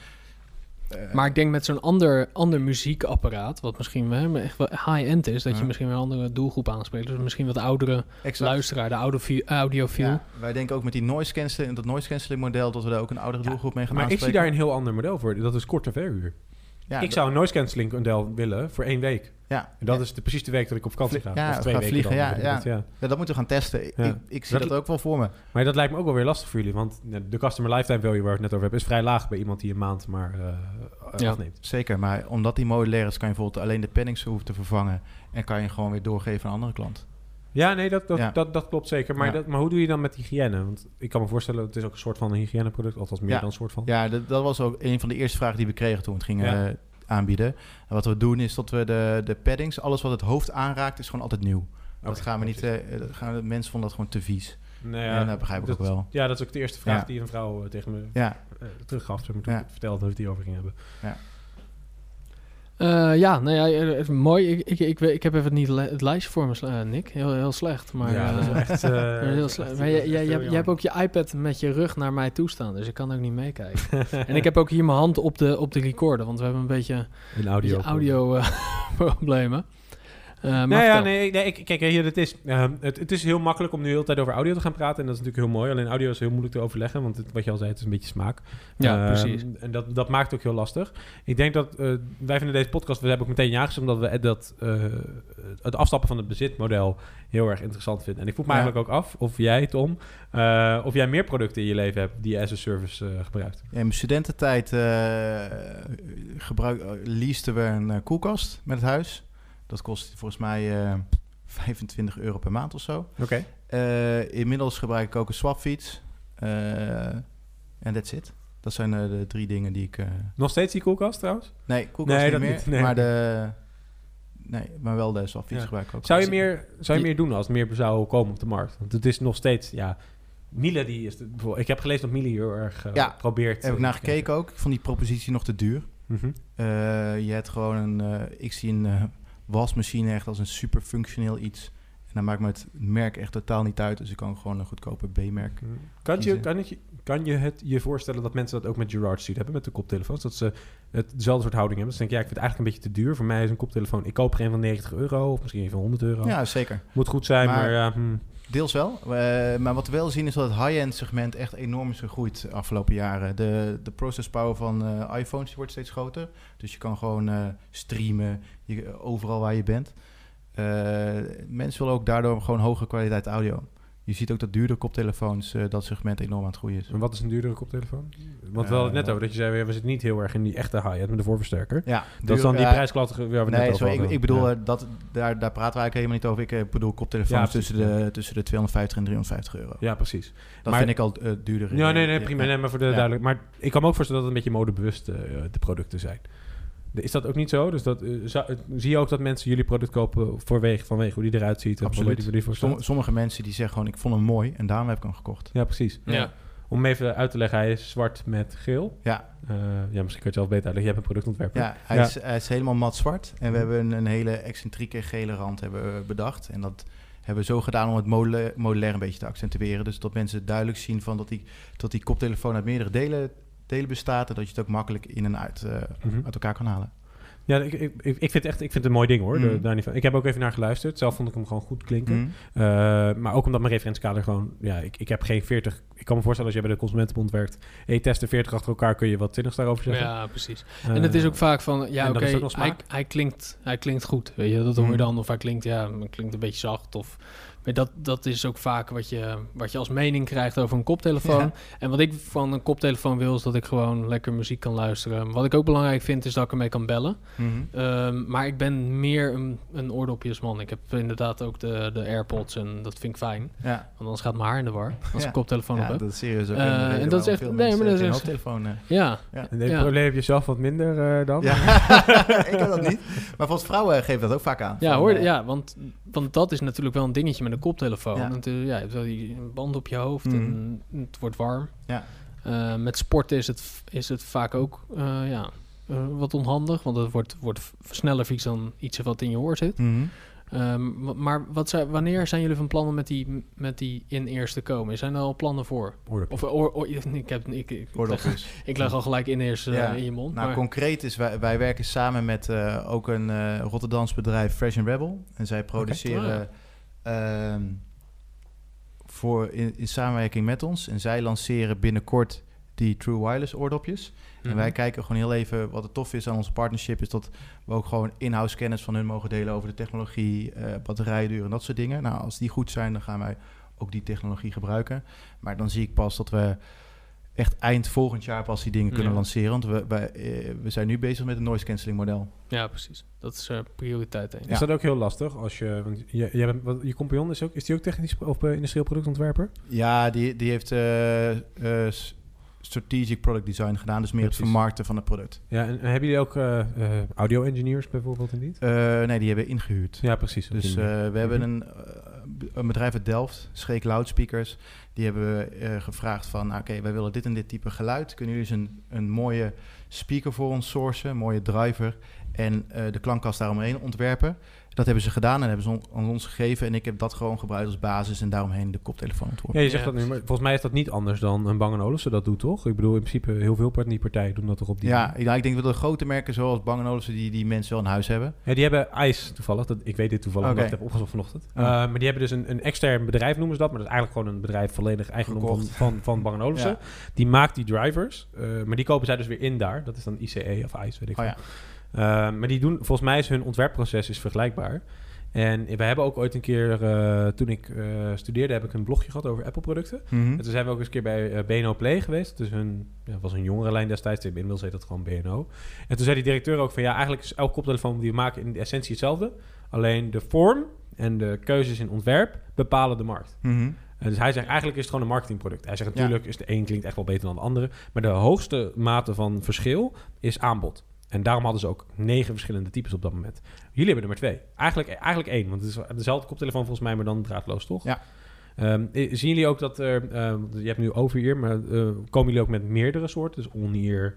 Uh, maar ik denk met zo'n ander, ander muziekapparaat, wat misschien wel echt wel high-end is, dat Ja. je misschien weer een andere doelgroep aanspreekt. Dus misschien wat oudere exact. luisteraar, de audiofiel. audiofiel. Ja, wij denken ook met die noise cancelling, dat noise cancelling model, dat we daar ook een oudere Ja, doelgroep mee gaan Maar ik zie aanspreken. daar een heel ander model voor. Dat is korte verhuur. Ja, ik zou een noise cancelling model willen voor één week. Ja, En dat ja. is de, precies de week dat ik op vakantie ga. Ja, of twee ga weken vliegen, dan, ja, weet ik ja. het, ja. Ja, dat moeten we gaan testen. Ja. Ik, ik zie Dat- dat ook wel voor me. Maar dat lijkt me ook wel weer lastig voor jullie. Want de customer lifetime value waar we het net over hebben... is vrij laag bij iemand die een maand maar uh, Ja. afneemt. Zeker, maar omdat die modulair is, kan je bijvoorbeeld alleen de pannings hoeven te vervangen. En kan je gewoon weer doorgeven aan een andere klant. Ja, nee, dat, dat, Ja. dat, dat klopt zeker. Maar, Ja. dat, maar hoe doe je dan met hygiëne? Want ik kan me voorstellen, het is ook een soort van een hygiëneproduct. Althans meer Ja. dan een soort van. Ja, dat, dat was ook een van de eerste vragen die we kregen toen we het gingen Ja. uh, aanbieden. En wat we doen is dat we de, de paddings, alles wat het hoofd aanraakt, is gewoon altijd nieuw. Dat Oké, gaan we niet... precies. Uh, dat gaan we, mensen vonden dat gewoon te vies. Nou En dat begrijp ik dat, ook wel. Ja, dat is ook de eerste vraag Ja. die een vrouw uh, tegen me Ja, uh, teruggaf. Toen ik Ja. vertelde hoe het die over ging hebben. Uh, ja, nou ja, het is mooi. Ik, ik, ik, ik heb even niet le- het lijstje voor me, uh, Nick. Heel, heel slecht. Maar, ja, dat is uh, wel echt... Uh, heel echt- slecht. echt- Maar jij, echt jij, heel jij, jij hebt jammer. ook je iPad met je rug naar mij toestaan, dus ik kan ook niet meekijken. En ik heb ook hier mijn hand op de, op de recorder, want we hebben een beetje, Een een audio. beetje audio uh, problemen. Uh, maar Nou ja, vertel. nee, nee ik, kijk, hier, het, is, uh, het, het is heel makkelijk om nu de hele tijd over audio te gaan praten. En dat is natuurlijk heel mooi. Alleen audio is heel moeilijk te overleggen, want het, wat je al zei, het is een beetje smaak. Ja, Uh, precies. En dat, dat maakt het ook heel lastig. Ik denk dat, uh, wij vinden deze podcast, we hebben ook meteen ja gezegd, omdat we dat, uh, het afstappen van het bezitmodel heel erg interessant vinden. En ik vroeg me Ja. eigenlijk ook af of jij, Tom, uh, of jij meer producten in je leven hebt die je as a service uh, gebruikt. Ja, in mijn studententijd uh, gebruik, uh, leasten we een uh, koelkast met het huis. Dat kost volgens mij uh, vijfentwintig euro per maand of zo. Oké. Okay. Uh, inmiddels gebruik ik ook een swapfiets. En uh, that's it. Dat zijn uh, de drie dingen die ik... Uh... Nog steeds die koelkast trouwens? Nee, koelkast nee, niet dat meer. niet, nee. Maar, de, nee, maar wel de swapfiets Ja. gebruik ik ook. Zou je, meer, zou je meer doen als het meer zou komen op de markt? Want het is nog steeds... Ja, Miele, die is... De, ik heb gelezen dat Miele heel erg uh, ja, probeert... Heb ik naar gekeken ook. Ik vond die propositie nog te duur. Mm-hmm. Uh, je hebt gewoon een... Uh, ik zie een uh, wasmachine echt als een super functioneel iets. En dan maakt me het merk echt totaal niet uit. Dus ik kan gewoon een goedkope B-merk Kan je, kan, het, kan je het je voorstellen dat mensen dat ook met Gerard Street hebben, met de koptelefoons? Dat ze het, hetzelfde soort houding hebben. Dus denk je, ja, ik vind het eigenlijk een beetje te duur. Voor mij is een koptelefoon, ik koop er een van negentig euro of misschien een van honderd euro. Ja, zeker. Moet goed zijn, maar... Maar- ja, hm. Deels wel. Uh, maar wat we wel zien is dat het high-end segment echt enorm is gegroeid de afgelopen jaren. De, de process power van uh, iPhones die wordt steeds groter. Dus je kan gewoon uh, streamen je, overal waar je bent. Uh, mensen willen ook daardoor gewoon hogere kwaliteit audio. Je ziet ook dat duurdere koptelefoons uh, dat segment enorm aan het groeien is. En wat is een duurdere koptelefoon? Want we hadden het net Uh, over dat je zei, we zitten niet heel erg in die echte high-end met de voorversterker. Ja, Dat is dan die uh, prijsklasse waar we het net Nee, over sorry, ik, hadden. ik bedoel, Ja. uh, dat, daar, daar praten we eigenlijk helemaal niet over. Ik uh, bedoel koptelefoons Ja, precies, tussen, de, ja. tussen de tweehonderdvijftig en driehonderdvijftig euro. Ja, precies. Dat Maar- vind ik al uh, duurder. Ja, nee, nee, prima. Ja. Nee, maar voor de Ja. duidelijk. Maar ik kan me ook voorstellen dat het een beetje modebewust uh, de producten zijn. De- Is dat ook niet zo? Dus dat, uh, zou- zie je ook dat mensen jullie product kopen voorwege, vanwege hoe die eruit ziet? en Absoluut. vanwege hoe die voor staat? Som, sommige mensen die zeggen gewoon, ik vond hem mooi en daarom heb ik hem gekocht. Ja, precies. Ja. Om hem even uit te leggen, hij is zwart met geel. Ja, Uh, ja, misschien kun je het zelf beter uitleggen. Jij bent een productontwerper. ja, hij, Ja. Is, hij is helemaal mat zwart. En we hebben een, een hele excentrieke gele rand hebben we bedacht. En dat hebben we zo gedaan om het modula- modulair een beetje te accentueren. Dus dat mensen duidelijk zien van dat die, dat die koptelefoon uit meerdere delen, delen bestaat. En dat je het ook makkelijk in en uit, uh, Mhm. uit elkaar kan halen. Ja, ik, ik, ik vind het echt ik vind het een mooi ding hoor. Mhm. De, daar niet van. Ik heb ook even naar geluisterd. Zelf vond ik hem gewoon goed klinken. Mm. Uh, maar ook omdat mijn referentiekader gewoon... Ja, ik, ik heb geen veertig... Ik kan me voorstellen als je bij de Consumentenbond werkt... en je test er veertig achter elkaar... kun je wat zinnigs daarover zeggen. Ja, precies. Uh, En het is ook vaak van, ja en dan oké, is het ook nog hij, smaak. hij, klinkt, hij klinkt goed, weet je, dat hoor je Mm. dan. Of hij klinkt, ja, hij klinkt een beetje zacht. Of, maar dat, dat is ook vaak wat je, wat je als mening krijgt over een koptelefoon. Ja. En wat ik van een koptelefoon wil, is dat ik gewoon lekker muziek kan luisteren. Wat ik ook belangrijk vind, is dat ik ermee kan bellen. Mm-hmm. Um, maar ik ben meer een, een oordopjesman. Ik heb inderdaad ook de, de AirPods en dat vind ik fijn. Ja. Want anders gaat mijn haar in de war als Ja. ik een koptelefoon Ja, op heb. dat is serieus ook Uh, een reden en dat is waarom echt- veel nee, mensen maar dat is geen echt- hoofdtelefoon, uh, Ja, ja. En dit Ja. probleem heb je zelf wat minder uh, dan? Ja, ik heb dat niet. Maar volgens vrouwen geven dat ook vaak aan. Ja, Van, hoor, uh, ja want, want dat is natuurlijk wel een dingetje met een koptelefoon. Ja. Want, uh, ja, je hebt wel die band op je hoofd Mhm. en het wordt warm. Ja. Uh, met sporten is het, is het vaak ook uh, ja, uh, wat onhandig, want het wordt, wordt sneller vies dan iets wat in je oor zit. Mm-hmm. Um, w- maar wat zijn, wanneer zijn jullie van plannen met die, met die in-ears te komen? Zijn er al plannen voor? Oordopjes. Of oor, oor, ik, heb, ik, ik, ik, leg, Oordopjes. ik leg al gelijk in-ears uh, Ja. in je mond. Nou, maar, concreet is, wij, wij werken samen met uh, ook een uh, Rotterdams bedrijf, Fresh and Rebel. En zij produceren ehm, voor in, in samenwerking met ons. En zij lanceren binnenkort die True Wireless oordopjes. Mhm. En wij kijken gewoon heel even, wat het tof is aan onze partnership, is dat we ook gewoon in-house kennis van hun mogen delen over de technologie, uh, batterijduur en dat soort dingen. Nou, als die goed zijn, dan gaan wij ook die technologie gebruiken. Maar dan zie ik pas dat we echt eind volgend jaar pas die dingen kunnen Ja. lanceren. Want we, wij, uh, we zijn nu bezig met een noise cancelling model. Ja, precies. Dat is uh, prioriteit één. Ja. Is dat ook heel lastig? Als je, want je, je, bent, wat, je compagnon is ook, is die ook technisch of uh, industrieel productontwerper? Ja, die, die heeft uh, uh, s- strategic product design gedaan. Dus meer Ja, het precies. vermarkten van het product. Ja, en hebben jullie ook uh, uh, audio engineers bijvoorbeeld in dienst? Uh, nee, die hebben we ingehuurd. Ja, precies. Dus uh, we hebben een, uh, een bedrijf uit Delft, Scheek Loudspeakers. Die hebben we uh, gevraagd van, oké, okay, wij willen dit en dit type geluid. Kunnen jullie eens een, een mooie speaker voor ons sourcen, een mooie driver en uh, de klankkast daaromheen ontwerpen. Dat hebben ze gedaan en hebben ze on, aan ons gegeven. En ik heb dat gewoon gebruikt als basis en daaromheen de koptelefoon ontworpen. Ja, je zegt Ja, dat nu, maar volgens mij is dat niet anders dan een Bang en Olufsen dat doet, toch? Ik bedoel, in principe heel veel partijen doen dat toch op die... Ja, ik, ik denk dat de grote merken zoals Bang en Olufsen die, die mensen wel in huis hebben. Ja, die hebben ICE toevallig. Dat, ik weet dit toevallig, Okay. omdat ik het heb opgezocht vanochtend. Ja. Uh, maar die hebben dus een, een extern bedrijf, noemen ze dat. Maar dat is eigenlijk gewoon een bedrijf volledig eigendom van, Gekocht. van, van Bang en Olufsen. Ja. Die maakt die drivers. Uh, maar die kopen zij dus weer in daar. Dat is dan I C E of ICE, weet ik Oh, veel. ja. Uh, maar die doen, volgens mij is hun ontwerpproces is vergelijkbaar. En we hebben ook ooit een keer, uh, toen ik uh, studeerde, heb ik een blogje gehad over Apple-producten. Mm-hmm. En toen zijn we ook eens een keer bij uh, B N O Play geweest. Dus hun, ja, was een jongere lijn destijds. Inmiddels heet dat gewoon B N O. En toen zei die directeur ook van, ja, eigenlijk is elke koptelefoon die we maken in de essentie hetzelfde. Alleen de vorm en de keuzes in ontwerp bepalen de markt. Mm-hmm. Uh, dus hij zegt, eigenlijk is het gewoon een marketingproduct. Hij zegt, Ja. natuurlijk is de een klinkt echt wel beter dan de andere. Maar de hoogste mate van verschil is aanbod. En daarom hadden ze ook negen verschillende types op dat moment. Jullie hebben er maar twee. Eigenlijk, eigenlijk één, want het is dezelfde koptelefoon volgens mij, maar dan draadloos, toch? Ja. Um, zien jullie ook dat er... Um, je hebt nu over-ear, maar uh, komen jullie ook met meerdere soorten? Dus on-ear,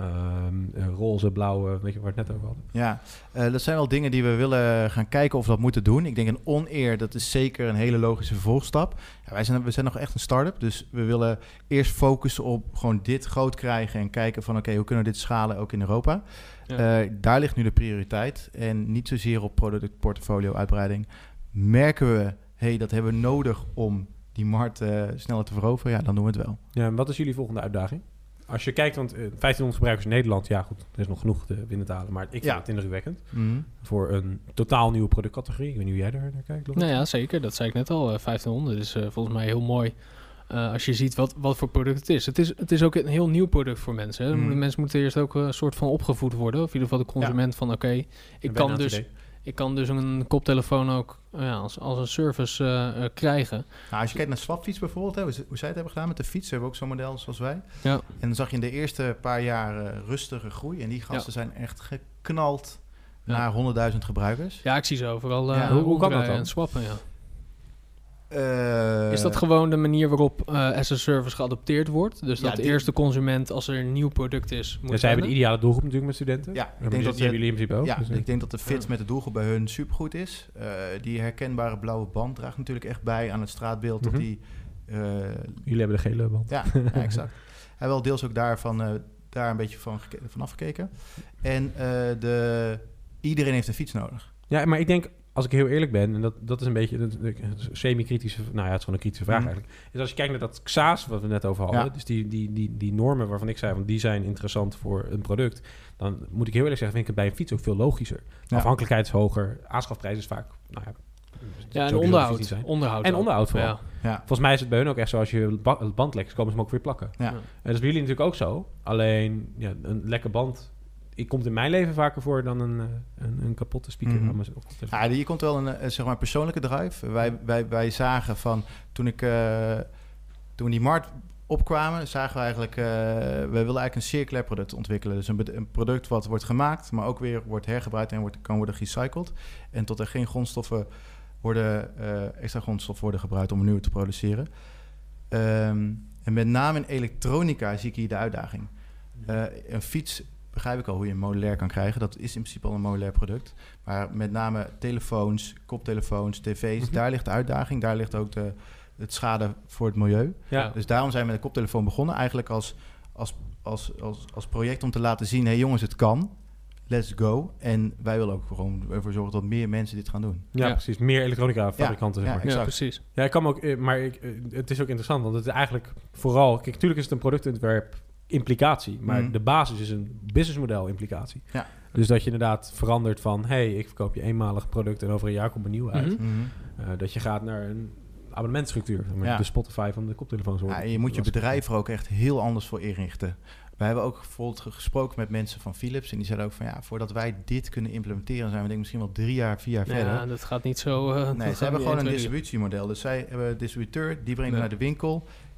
um, uh, roze, blauwe, weet je waar we het net over hadden? Ja, uh, dat zijn wel dingen die we willen gaan kijken of we dat moeten doen. Ik denk een on-ear, dat is zeker een hele logische vervolgstap. Ja, wij zijn, we zijn nog echt een start-up, dus we willen eerst focussen op gewoon dit groot krijgen en kijken van oké, okay, hoe kunnen we dit schalen ook in Europa? Ja. Uh, daar ligt nu de prioriteit en niet zozeer op productportfolio uitbreiding. Merken we, hey, dat hebben we nodig om die markt uh, sneller te veroveren, ja, dan doen we het wel. Ja, en wat is jullie volgende uitdaging? Als je kijkt, want uh, vijftienhonderd gebruikers in Nederland, ja goed, er is nog genoeg te winnen te halen, maar ik vind Ja. het indrukwekkend. Mm-hmm. Voor een totaal nieuwe productcategorie. Ik weet niet hoe jij daar naar kijkt, Lorenz. Nou ja, zeker. Dat zei ik net al. Uh, vijftienhonderd is uh, volgens mij heel mooi. Uh, als je ziet wat, wat voor product het is. Het is. Het is ook een heel nieuw product voor mensen. Hè. Mm. De mensen moeten eerst ook een soort van opgevoed worden. Of in ieder geval de consument ja. van oké, okay, ik kan aan dus... idee. Ik kan dus een koptelefoon ook uh, ja, als, als een service uh, uh, krijgen. Nou, als je kijkt naar Swapfiets bijvoorbeeld, hè, hoe, hoe zij het hebben gedaan met de fiets, hebben we ook zo'n model zoals wij. Ja. En dan zag je in de eerste paar jaar uh, rustige groei. En die gasten ja. zijn echt geknald ja. naar honderdduizend gebruikers. Ja, ik zie ze overal uh, ja, hoe, hoe kan dat dan? En swappen, ja. Uh, is dat gewoon de manier waarop uh, as a service geadopteerd wordt? Dus ja, dat de die, eerste consument, als er een nieuw product is, moet ja, zij hebben de ideale doelgroep natuurlijk met studenten. Ja, ik denk dat, dat die hebben jullie in principe ook. Ja, dus, ik denk dat de fit ja. met de doelgroep bij hun supergoed is. Uh, die herkenbare blauwe band draagt natuurlijk echt bij aan het straatbeeld. Mm-hmm. Dat die, uh, jullie hebben de gele band. Ja, ja exact. Hij wel deels ook daarvan, uh, daar een beetje van, geke- van afgekeken. En uh, de, iedereen heeft een fiets nodig. Ja, maar ik denk, als ik heel eerlijk ben, en dat, dat is een beetje een semi-kritische, nou ja, het is gewoon een kritische vraag mm. eigenlijk. Is als je kijkt naar dat X A S, wat we net over hadden, ja. dus die, die, die, die normen waarvan ik zei, want die zijn interessant voor een product, dan moet ik heel eerlijk zeggen, vind ik het bij een fiets ook veel logischer. Ja. Afhankelijkheid is hoger, aanschafprijs is vaak, nou ja, ja, en onderhoud. onderhoud. En onderhoud vooral. Ja. Ja. Volgens mij is het bij hun ook echt zo, als je ba- het band lekt, komen ze hem ook weer plakken. Ja. En dat is bij jullie natuurlijk ook zo. Alleen, ja, een lekke band, ik komt in mijn leven vaker voor dan een, een, een kapotte speaker. Mm-hmm. Aan mijn, ja, hier komt wel een, een zeg maar persoonlijke drive. Wij, wij, wij zagen van, toen ik, uh, toen we die markt opkwamen, zagen we eigenlijk, uh, we wilden eigenlijk een circulair product ontwikkelen. Dus een, een product wat wordt gemaakt, maar ook weer wordt hergebruikt en wordt, kan worden gerecycled. En tot er geen grondstoffen worden, uh, extra grondstoffen worden gebruikt om een nieuwe te produceren. Um, en met name in elektronica zie ik hier de uitdaging. Uh, een fiets, begrijp ik al hoe je een modulair kan krijgen. Dat is in principe al een modulair product. Maar met name telefoons, koptelefoons, tv's, mm-hmm. daar ligt de uitdaging. Daar ligt ook de, het schade voor het milieu. Ja. Dus daarom zijn we met de koptelefoon begonnen. Eigenlijk als, als, als, als, als project om te laten zien, hé hey jongens, het kan. Let's go. En wij willen ook gewoon ervoor zorgen dat meer mensen dit gaan doen. Ja, ja. precies. Meer elektronica fabrikanten. Ja, zeg maar. ja, ja, precies. Ja, ik kan me ook, maar ik, het is ook interessant, want het is eigenlijk vooral, kijk, natuurlijk is het een productontwerp implicatie, maar mm. de basis is een businessmodel implicatie. Ja. Dus dat je inderdaad verandert van, hey, ik verkoop je eenmalig product en over een jaar komt een nieuw uit. Mm-hmm. Uh, dat je gaat naar een abonnementstructuur, maar ja. de Spotify van de koptelefoons worden. Ja, je moet je bedrijf er ook echt heel anders voor inrichten. Wij hebben ook bijvoorbeeld gesproken met mensen van Philips en die zeiden ook van ja, voordat wij dit kunnen implementeren zijn we denk ik misschien wel drie jaar, vier jaar ja, verder. Ja, dat gaat niet zo. Uh, nee, ze hebben gewoon een distributiemodel. Dus zij hebben een distributeur, die brengt ja. naar de winkel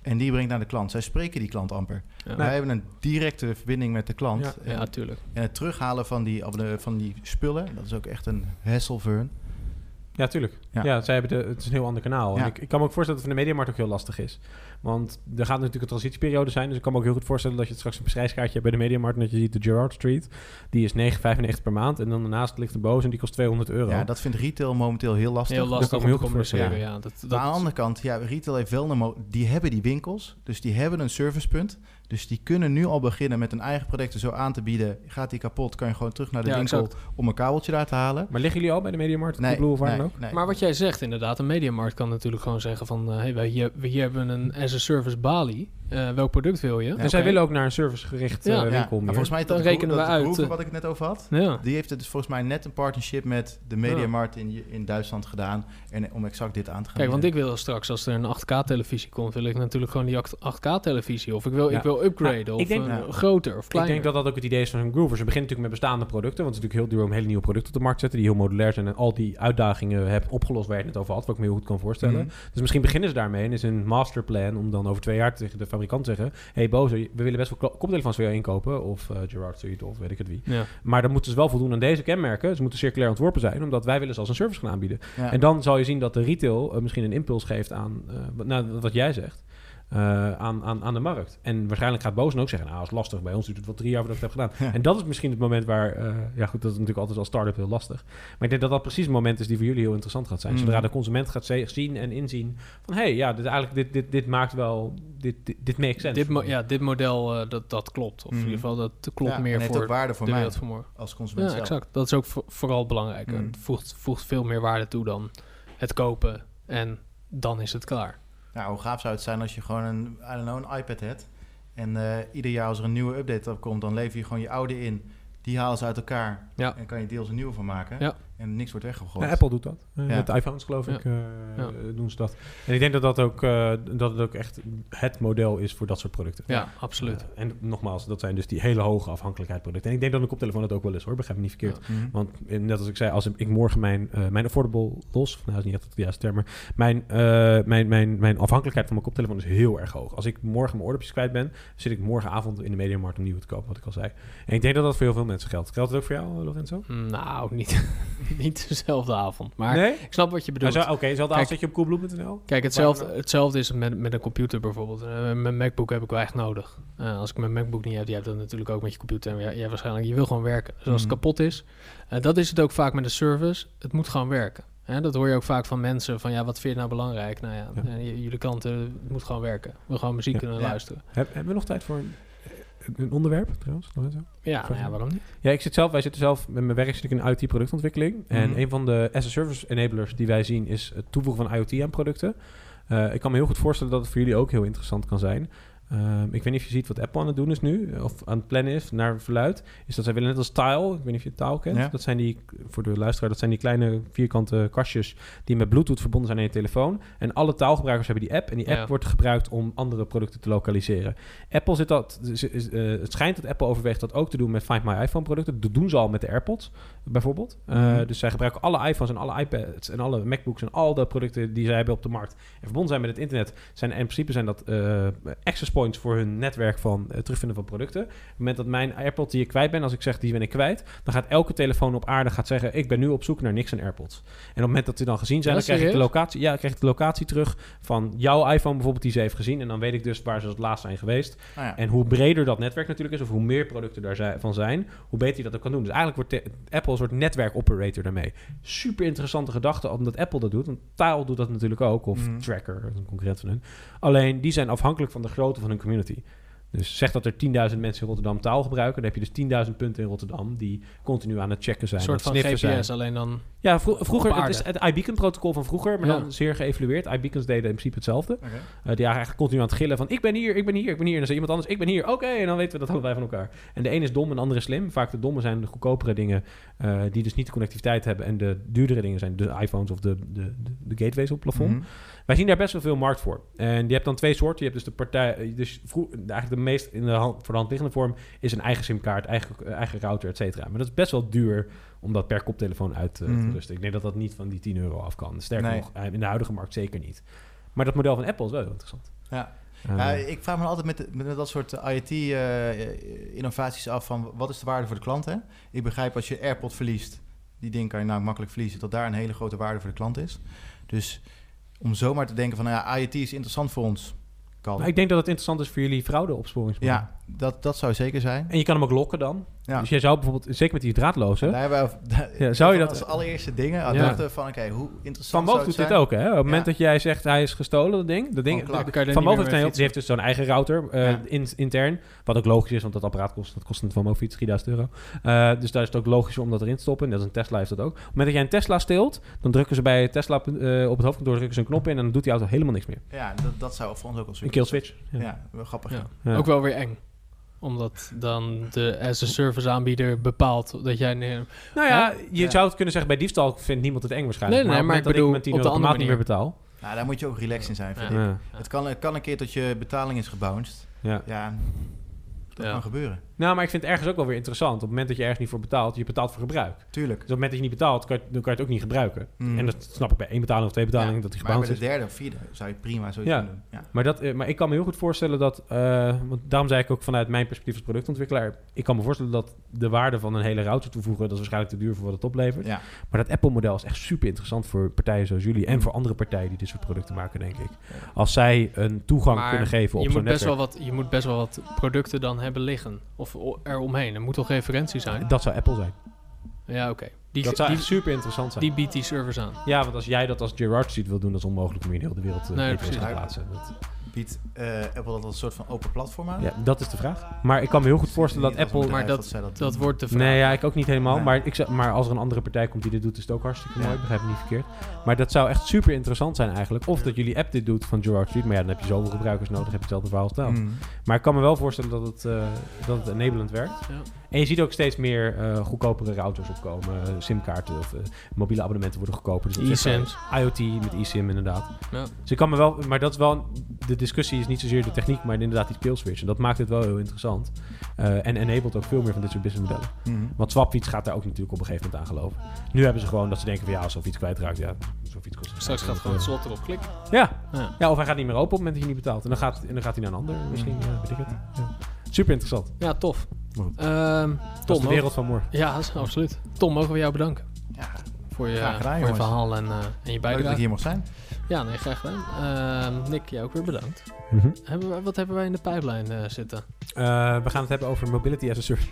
en die brengt naar de klant. Zij spreken die klant amper. Ja. Wij hebben een directe verbinding met de klant. Ja, en, Ja, tuurlijk. en het terughalen van die, van die spullen, dat is ook echt een hassle voor hun. Ja, tuurlijk. Ja. Ja, zij hebben de, het is een heel ander kanaal. Ja. En ik, ik kan me ook voorstellen dat het voor de Mediamarkt ook heel lastig is. Want er gaat natuurlijk een transitieperiode zijn. Dus ik kan me ook heel goed voorstellen dat je het straks een prijskaartje hebt bij de Mediamarkt. En dat je ziet de Gerrard Street. Die is negen vijfennegentig per maand. En dan daarnaast ligt een Bose en die kost tweehonderd euro. Ja, dat vindt retail momenteel heel lastig. Heel lastig kan om ik te me heel goed communiceren. voorstellen. Ja, dat, dat, Maar aan de andere kant, ja, retail heeft wel een mo- die hebben die winkels, dus die hebben een servicepunt. Dus die kunnen nu al beginnen met hun eigen producten zo aan te bieden. Gaat die kapot, kan je gewoon terug naar de Ja, winkel exact. om een kabeltje daar te halen. Maar liggen jullie al bij de Mediamarkt? Nee, Coolblue of waar nee, dan ook? nee. Maar wat jij zegt inderdaad, een Mediamarkt kan natuurlijk gewoon zeggen van... Uh, hey, wij hier, we hier hebben een as-a-service balie. Uh, welk product wil je? En Oké. zij willen ook naar een servicegericht Ja. uh, Ja, winkel Ja, maar meer. volgens mij Dan dat rekenen we dat uit, Rover uh, wat ik het net over had. Ja. Die heeft het dus volgens mij net een partnership met de Mediamarkt in, in Duitsland gedaan. En om exact dit aan te gaan Kijk, want bieden. ik wil straks, als er een acht K-televisie komt... wil ik natuurlijk gewoon die acht K-televisie. Of ik wil, Ja. ik wil upgraden, Ja, of ik denk- uh, Ja. groter of Ik kleiner. denk dat dat ook het idee is van een Groover. Ze beginnen natuurlijk met bestaande producten. Want het is natuurlijk heel duur om hele nieuwe producten op de markt te zetten. Die heel modulair zijn en al die uitdagingen hebben opgelost waar je het net over had. Wat ik me heel goed kan voorstellen. Mhm. Dus misschien beginnen ze daarmee. En is een masterplan om dan over twee jaar tegen de fabrikant te zeggen... hey Bose, we willen best wel kla- koptelefoons voor jou inkopen. Of uh, Gerrard Street of weet ik het wie. Ja. Maar dan moeten ze wel voldoen aan deze kenmerken. Ze moeten circulair ontworpen zijn. Omdat wij willen ze als een service gaan aanbieden. Ja. En dan zal je zien dat de retail uh, misschien een impuls geeft aan uh, wat, nou, wat jij zegt. Uh, aan, aan, aan de markt. En waarschijnlijk gaat Bose ook zeggen... nou, dat is lastig. Bij ons duurt het wel drie jaar voordat ik het heb gedaan. Ja. En dat is misschien het moment waar... Uh, ja goed, dat is natuurlijk altijd als start-up heel lastig. Maar ik denk dat dat precies het moment is... die voor jullie heel interessant gaat zijn. Mm. Zodra de consument gaat ze- zien en inzien... van hé, hey, ja, dit, eigenlijk, dit, dit, dit maakt wel... Dit, dit, dit makes sense. Dit, mo- ja, dit model, uh, dat, dat klopt. Of Mhm. in ieder geval, dat klopt Ja, meer en heeft voor ook waarde voor de mij wereld van morgen. als consument Ja, zelf. exact. Dat is ook vo- vooral belangrijk. Mm. Het voegt, voegt veel meer waarde toe dan het kopen. En dan is het klaar. Nou, hoe gaaf zou het zijn als je gewoon een, I don't know, een iPad hebt. En uh, ieder jaar als er een nieuwe update op komt, dan lever je gewoon je oude in. Die halen ze uit elkaar. Ja. En kan je deels een nieuwe van maken. Ja. En niks wordt weggegooid. Ja, Apple doet dat. Uh, Ja. Met de iPhones geloof Ja. ik uh, Ja. doen ze dat. En ik denk dat dat ook, uh, dat het ook echt het model is voor dat soort producten. Ja, absoluut. Uh, en nogmaals, dat zijn dus die hele hoge afhankelijkheid producten. En ik denk dat een koptelefoon dat ook wel is hoor, begrijp me niet verkeerd. Ja. Mhm. Want eh, net als ik zei, als ik morgen mijn, uh, mijn affordable los... Nou, dat is niet echt de juiste term, maar mijn, uh, mijn, mijn, mijn afhankelijkheid van mijn koptelefoon is heel erg hoog. Als ik morgen mijn oordopjes kwijt ben, zit ik morgenavond in de Mediamarkt om nieuwe te kopen, wat ik al zei. En ik denk dat dat voor heel veel mensen geldt. Geldt het ook voor jou, Lorenzo? Nou, niet, niet dezelfde avond. Maar nee? ik snap wat je Nou, bedoelt. zo- Oké, okay, zal Kijk- zet je op coolblue punt n l? Kijk, hetzelfde, hetzelfde is het met, met een computer bijvoorbeeld. Uh, mijn MacBook heb ik wel echt nodig. Uh, als ik mijn MacBook niet heb, die hebt dat natuurlijk ook met je computer. En ja, jij waarschijnlijk, je wil gewoon werken. Dus als het Mhm. kapot is, uh, dat is het ook vaak met de service. Het moet gewoon werken. Hè, dat hoor je ook vaak van mensen van, ja, wat vind je nou belangrijk? Nou ja, Ja. uh, j- jullie klanten, het moet gewoon werken. We willen gewoon muziek Ja. kunnen Ja. luisteren. Heb, hebben we nog tijd voor een, een onderwerp trouwens, Lorenzo? Ja, nou ja, waarom niet? Ja, ik zit zelf, wij zitten zelf met mijn werk zit ik in I O T-productontwikkeling. En Mhm. een van de as-a-service enablers die wij zien is het toevoegen van I O T aan producten. Uh, ik kan me heel goed voorstellen dat het voor jullie ook heel interessant kan zijn. Um, ik weet niet of je ziet wat Apple aan het doen is nu, of aan het plannen is naar verluid, is dat zij willen net als Tile, ik weet niet of je Tile kent, Ja. dat zijn die, voor de luisteraar, dat zijn die kleine vierkante kastjes die met Bluetooth verbonden zijn aan je telefoon. En alle taalgebruikers hebben die app en die app Ja. wordt gebruikt om andere producten te lokaliseren. Apple zit dat, uh, het schijnt dat Apple overweegt dat ook te doen met Find My iPhone producten. Dat doen ze al met de AirPods, bijvoorbeeld. Uh, Mhm. Dus zij gebruiken alle iPhones en alle iPads en alle MacBooks en al de producten die zij hebben op de markt en verbonden zijn met het internet. Zijn, in principe zijn dat uh, access points voor hun netwerk van uh, terugvinden van producten. Op het moment dat mijn AirPods die ik kwijt ben, als ik zeg die ben ik kwijt, dan gaat elke telefoon op aarde gaat zeggen, ik ben nu op zoek naar niks en AirPods. En op het moment dat die dan gezien zijn, Ja, dan krijg ik de serieus? locatie, ja, krijg ik de locatie terug van jouw iPhone bijvoorbeeld die ze heeft gezien en dan weet ik dus waar ze het laatst zijn geweest. Ah, ja. En hoe breder dat netwerk natuurlijk is, of hoe meer producten daarvan zijn, hoe beter je dat ook kan doen. Dus eigenlijk wordt te- Apple een soort netwerkoperator daarmee. Super interessante gedachte omdat Apple dat doet. Want Tile doet dat natuurlijk ook, of Mhm. Tracker, dat is een concurrent van hun. Alleen, die zijn afhankelijk van de grootte van hun community. Dus zeg dat er tienduizend mensen in Rotterdam taal gebruiken. Dan heb je dus tienduizend punten in Rotterdam die continu aan het checken zijn. Een soort aan van het G P S, sniffen zijn. alleen dan... Ja, vro- vroeger, op het aarde. is het iBeacon-protocol van vroeger, maar Ja. dan zeer geëvalueerd. iBeacons deden in principe hetzelfde. Oké. Uh, die eigenlijk continu aan het gillen van ik ben hier, ik ben hier, ik ben hier. En dan zei iemand anders, ik ben hier. Oké, en dan weten we dat allebei van elkaar. En de ene is dom en de andere is slim. Vaak de domme zijn de goedkopere dingen uh, die dus niet de connectiviteit hebben. En de duurdere dingen zijn de iPhones of de, de, de, de gateways op het plafond. Mhm. Wij zien daar best wel veel markt voor. En je hebt dan twee soorten. Je hebt dus de partij, dus vroeg, eigenlijk de meest in de hand, voor de hand liggende vorm is een eigen simkaart, eigen, uh, eigen router, et cetera. Maar dat is best wel duur om dat per koptelefoon uit uh, Mhm. te rusten. Ik denk dat dat niet van die tien euro af kan. Sterker Nee. nog, uh, in de huidige markt zeker niet. Maar dat model van Apple is wel heel interessant. Ja. Uh, Ja, ik vraag me altijd met, de, met dat soort I T-innovaties af van wat is de waarde voor de klant, hè? Ik begrijp als je AirPod verliest, die ding kan je nou makkelijk verliezen, dat daar een hele grote waarde voor de klant is. Dus om zomaar te denken van, nou ja, I T is interessant voor ons. Kan. Maar ik denk dat het interessant is voor jullie fraudeopsporingsmiddel. Ja, dat, dat zou zeker zijn. En je kan hem ook lokken dan. Ja. Dus jij zou bijvoorbeeld, zeker met die draadloze... Daar hebben we, daar, Ja, zou je dat- als allereerste dingen Ja. dachten van, oké, hoe Van interessant Moof zou doet het dit zijn? ook, hè? Op het moment Ja. dat jij zegt hij is gestolen, dat ding. Dat ding Oh, klaar. de- Kan je er Van niet Moof meer heeft, een heel- mee die heeft dus zo'n eigen router uh, Ja. in, intern. Wat ook logisch is, want dat apparaat kost, dat kost een Van Moof fiets drieduizend euro. Uh, dus daar is het ook logisch om dat erin te stoppen. Net als een Tesla heeft dat ook. Op het moment dat jij een Tesla steelt, dan drukken ze bij Tesla uh, op het hoofdkantoor drukken ze een knop in en dan doet die auto helemaal niks meer. Ja, dat, dat zou voor ons ook wel Een super kill switch. Ja. Ja, wel grappig. Ja. Ja. Ook wel weer eng. Omdat dan de as-a-service aanbieder bepaalt dat jij... neer- Nou ja, je Ja. zou het kunnen zeggen, bij diefstal vindt niemand het eng waarschijnlijk. Nee, nee, op maar het ik moment dat bedoel, ik mijn op de tien euro andere niet meer manier. betaal. Nou, daar moet je ook relaxed in zijn, vind Ja. ik. Ja. Het kan, kan een keer dat je betaling is gebounced. Ja. Ja, dat Ja. kan gebeuren. Nou, maar ik vind het ergens ook wel weer interessant. Op het moment dat je ergens niet voor betaalt, je betaalt voor gebruik. Dus Tuurlijk. op het moment dat je niet betaalt, kan je, dan kan je het ook niet gebruiken. Mm. En dat snap ik bij één betaling of twee betalingen, Ja, dat die maar bij gebouwd de is. derde of vierde zou je prima zoiets Ja. kunnen doen. Ja. Maar, dat, eh, maar ik kan me heel goed voorstellen dat... eh, want daarom zei ik ook vanuit mijn perspectief als productontwikkelaar... ik kan me voorstellen dat de waarde van een hele router toevoegen... dat is waarschijnlijk te duur voor wat het oplevert. Ja. Maar dat Apple-model is echt super interessant voor partijen zoals jullie... en Mm. voor andere partijen die dit soort producten maken, denk ik. Als zij een toegang Maar kunnen geven op je zo'n moet, best wel netwerk... wat, je moet best wel wat producten dan hebben liggen. Of o- eromheen. Er moet toch referentie zijn? Dat zou Apple zijn. Ja, oké. Die, dat zou die, echt super interessant zijn. die biedt die servers aan. Ja, want als jij dat als Gerard Street wil doen... dat is onmogelijk om je in heel de wereld uh, Nee, E P O's precies. te plaatsen. Dat, Biedt eh, Apple dat als een soort van open platform aan? ja, dat is de vraag. Maar ik kan me heel goed voorstellen dat Niet als een Apple... bedrijf maar zij Dat doen. wordt de vraag. Nee, ja, ik ook niet helemaal. Nee. Maar, ik zeg, maar als er een andere partij komt die dit doet, is het ook hartstikke mooi. Ja. Begrijp me niet verkeerd. Maar dat zou echt super interessant zijn eigenlijk. Of dat jullie app dit doet van Gerard Street. Maar ja, dan heb je zoveel gebruikers nodig. Heb je hetzelfde verhaal als Mm. Maar ik kan me wel voorstellen dat het, uh, dat het enablend werkt. Ja. En je ziet ook steeds meer uh, goedkopere routers opkomen. Uh, simkaarten of uh, mobiele abonnementen worden goedkoper. Dus dat zegt eSIMs. wel- IoT met eSIM inderdaad. Ja. Dus ik kan me wel... Maar dat is wel... De discussie is niet zozeer de techniek, maar inderdaad die kill switch. En dat maakt het wel heel interessant. Uh, en enabled ook veel meer van dit soort businessmodellen. Mm. Want Swapfiets gaat daar ook natuurlijk op een gegeven moment aan geloven. Nu hebben ze gewoon dat ze denken van ja, als zo'n fiets kwijtraakt, ja, zo'n fiets kost... Straks gaat gewoon het slot erop klikken. Ja. Ja. ja, of hij gaat niet meer open op het moment dat je niet betaalt. En dan gaat, en dan gaat hij naar een ander, misschien, ja, weet ik het. Ja. Super interessant. Ja, tof. Maar goed. Ehm, Dat is Tom, de wereld van morgen. Ja, dat is absoluut. Tom, mogen we jou bedanken Ja, voor je, Graag gedaan, voor je jongens. verhaal en, uh, en je leuk dat ik bijdrage. hier mocht zijn. Ja, nee, graag gedaan. Ehm, Nick, jij ook weer bedankt. Mm-hmm. Hebben wij, wat hebben wij in de pijplijn uh, zitten? Uh, we gaan het hebben over mobility as a service.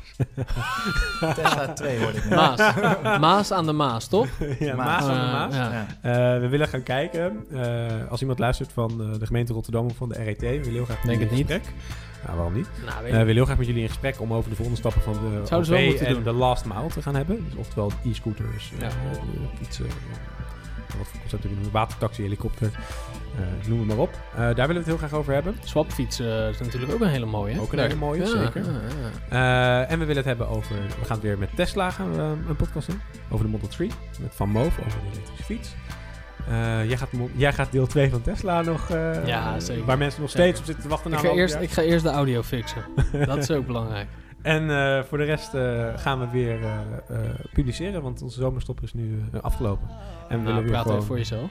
Tesla twee hoorde ik net. Maas. Maas aan de Maas, toch? ja, Maas. Maas aan de Uh, Maas. ja. Uh, we willen gaan kijken. Uh, als iemand luistert van uh, de gemeente Rotterdam of van de R E T, we willen heel graag met Denk jullie het in gesprek. Nou, waarom niet? Nou, Uh, weet we je. willen heel graag met jullie in gesprek om over de volgende stappen van de Zouden ze wel O V moeten en doen. de last mile te gaan hebben. Dus oftewel e-scooters, uh, Ja. uh, fietsen, uh, wat voor concepten we noemen, watertaxi, helikopter, uh, noem het maar op. Uh, daar willen we het heel graag over hebben. Swapfiets uh, is natuurlijk ook een hele mooie. hè? Ook een Daar- hele mooie, ja, zeker. ja, ja. Uh, en we willen het hebben over, we gaan het weer met Tesla gaan we, uh, een podcast doen. Over de Model drie, met Van Moof, over de elektrische fiets. Uh, jij, gaat, mo- jij gaat deel twee van Tesla nog, uh, Ja, zeker. waar mensen nog Zeker. steeds op zitten te wachten. Ik na ga, een eerst, half ik ga eerst de audio fixen. Dat is ook belangrijk. jaar. En uh, voor de rest uh, gaan we weer uh, uh, publiceren, want onze zomerstop is nu uh, afgelopen. En we Nou, willen weer praat gewoon... even voor jezelf.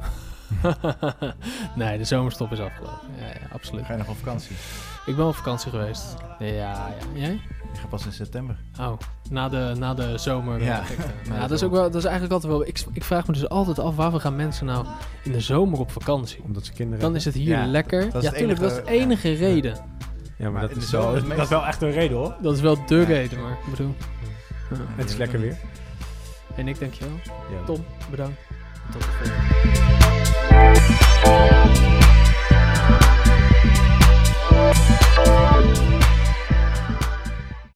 Nee, de zomerstop is afgelopen. Ja, ja, absoluut. Ga je nog op vakantie? Ik ben op vakantie geweest. Ja, ja. Jij? Ik ga pas in september. Oh, na de, na de zomer. Ja. eh, ik, eh, Na ja, de dat is ook zomer. wel, dat is eigenlijk altijd wel. Ik, ik vraag me dus altijd af, waarvoor gaan mensen nou in de zomer op vakantie? Omdat ze kinderen Dan is het hier Ja, lekker. dat is Ja, het tuurlijk, dat is enige- de enige reden. Ja, maar, Maar dat, in de is zomer wel, is het dat is wel echt een reden hoor. Dat is wel de Ja. reden, maar ik bedoel. Ja. Het is lekker weer. En ik dankjewel. Ja. Tom, bedankt. Tot de volgende.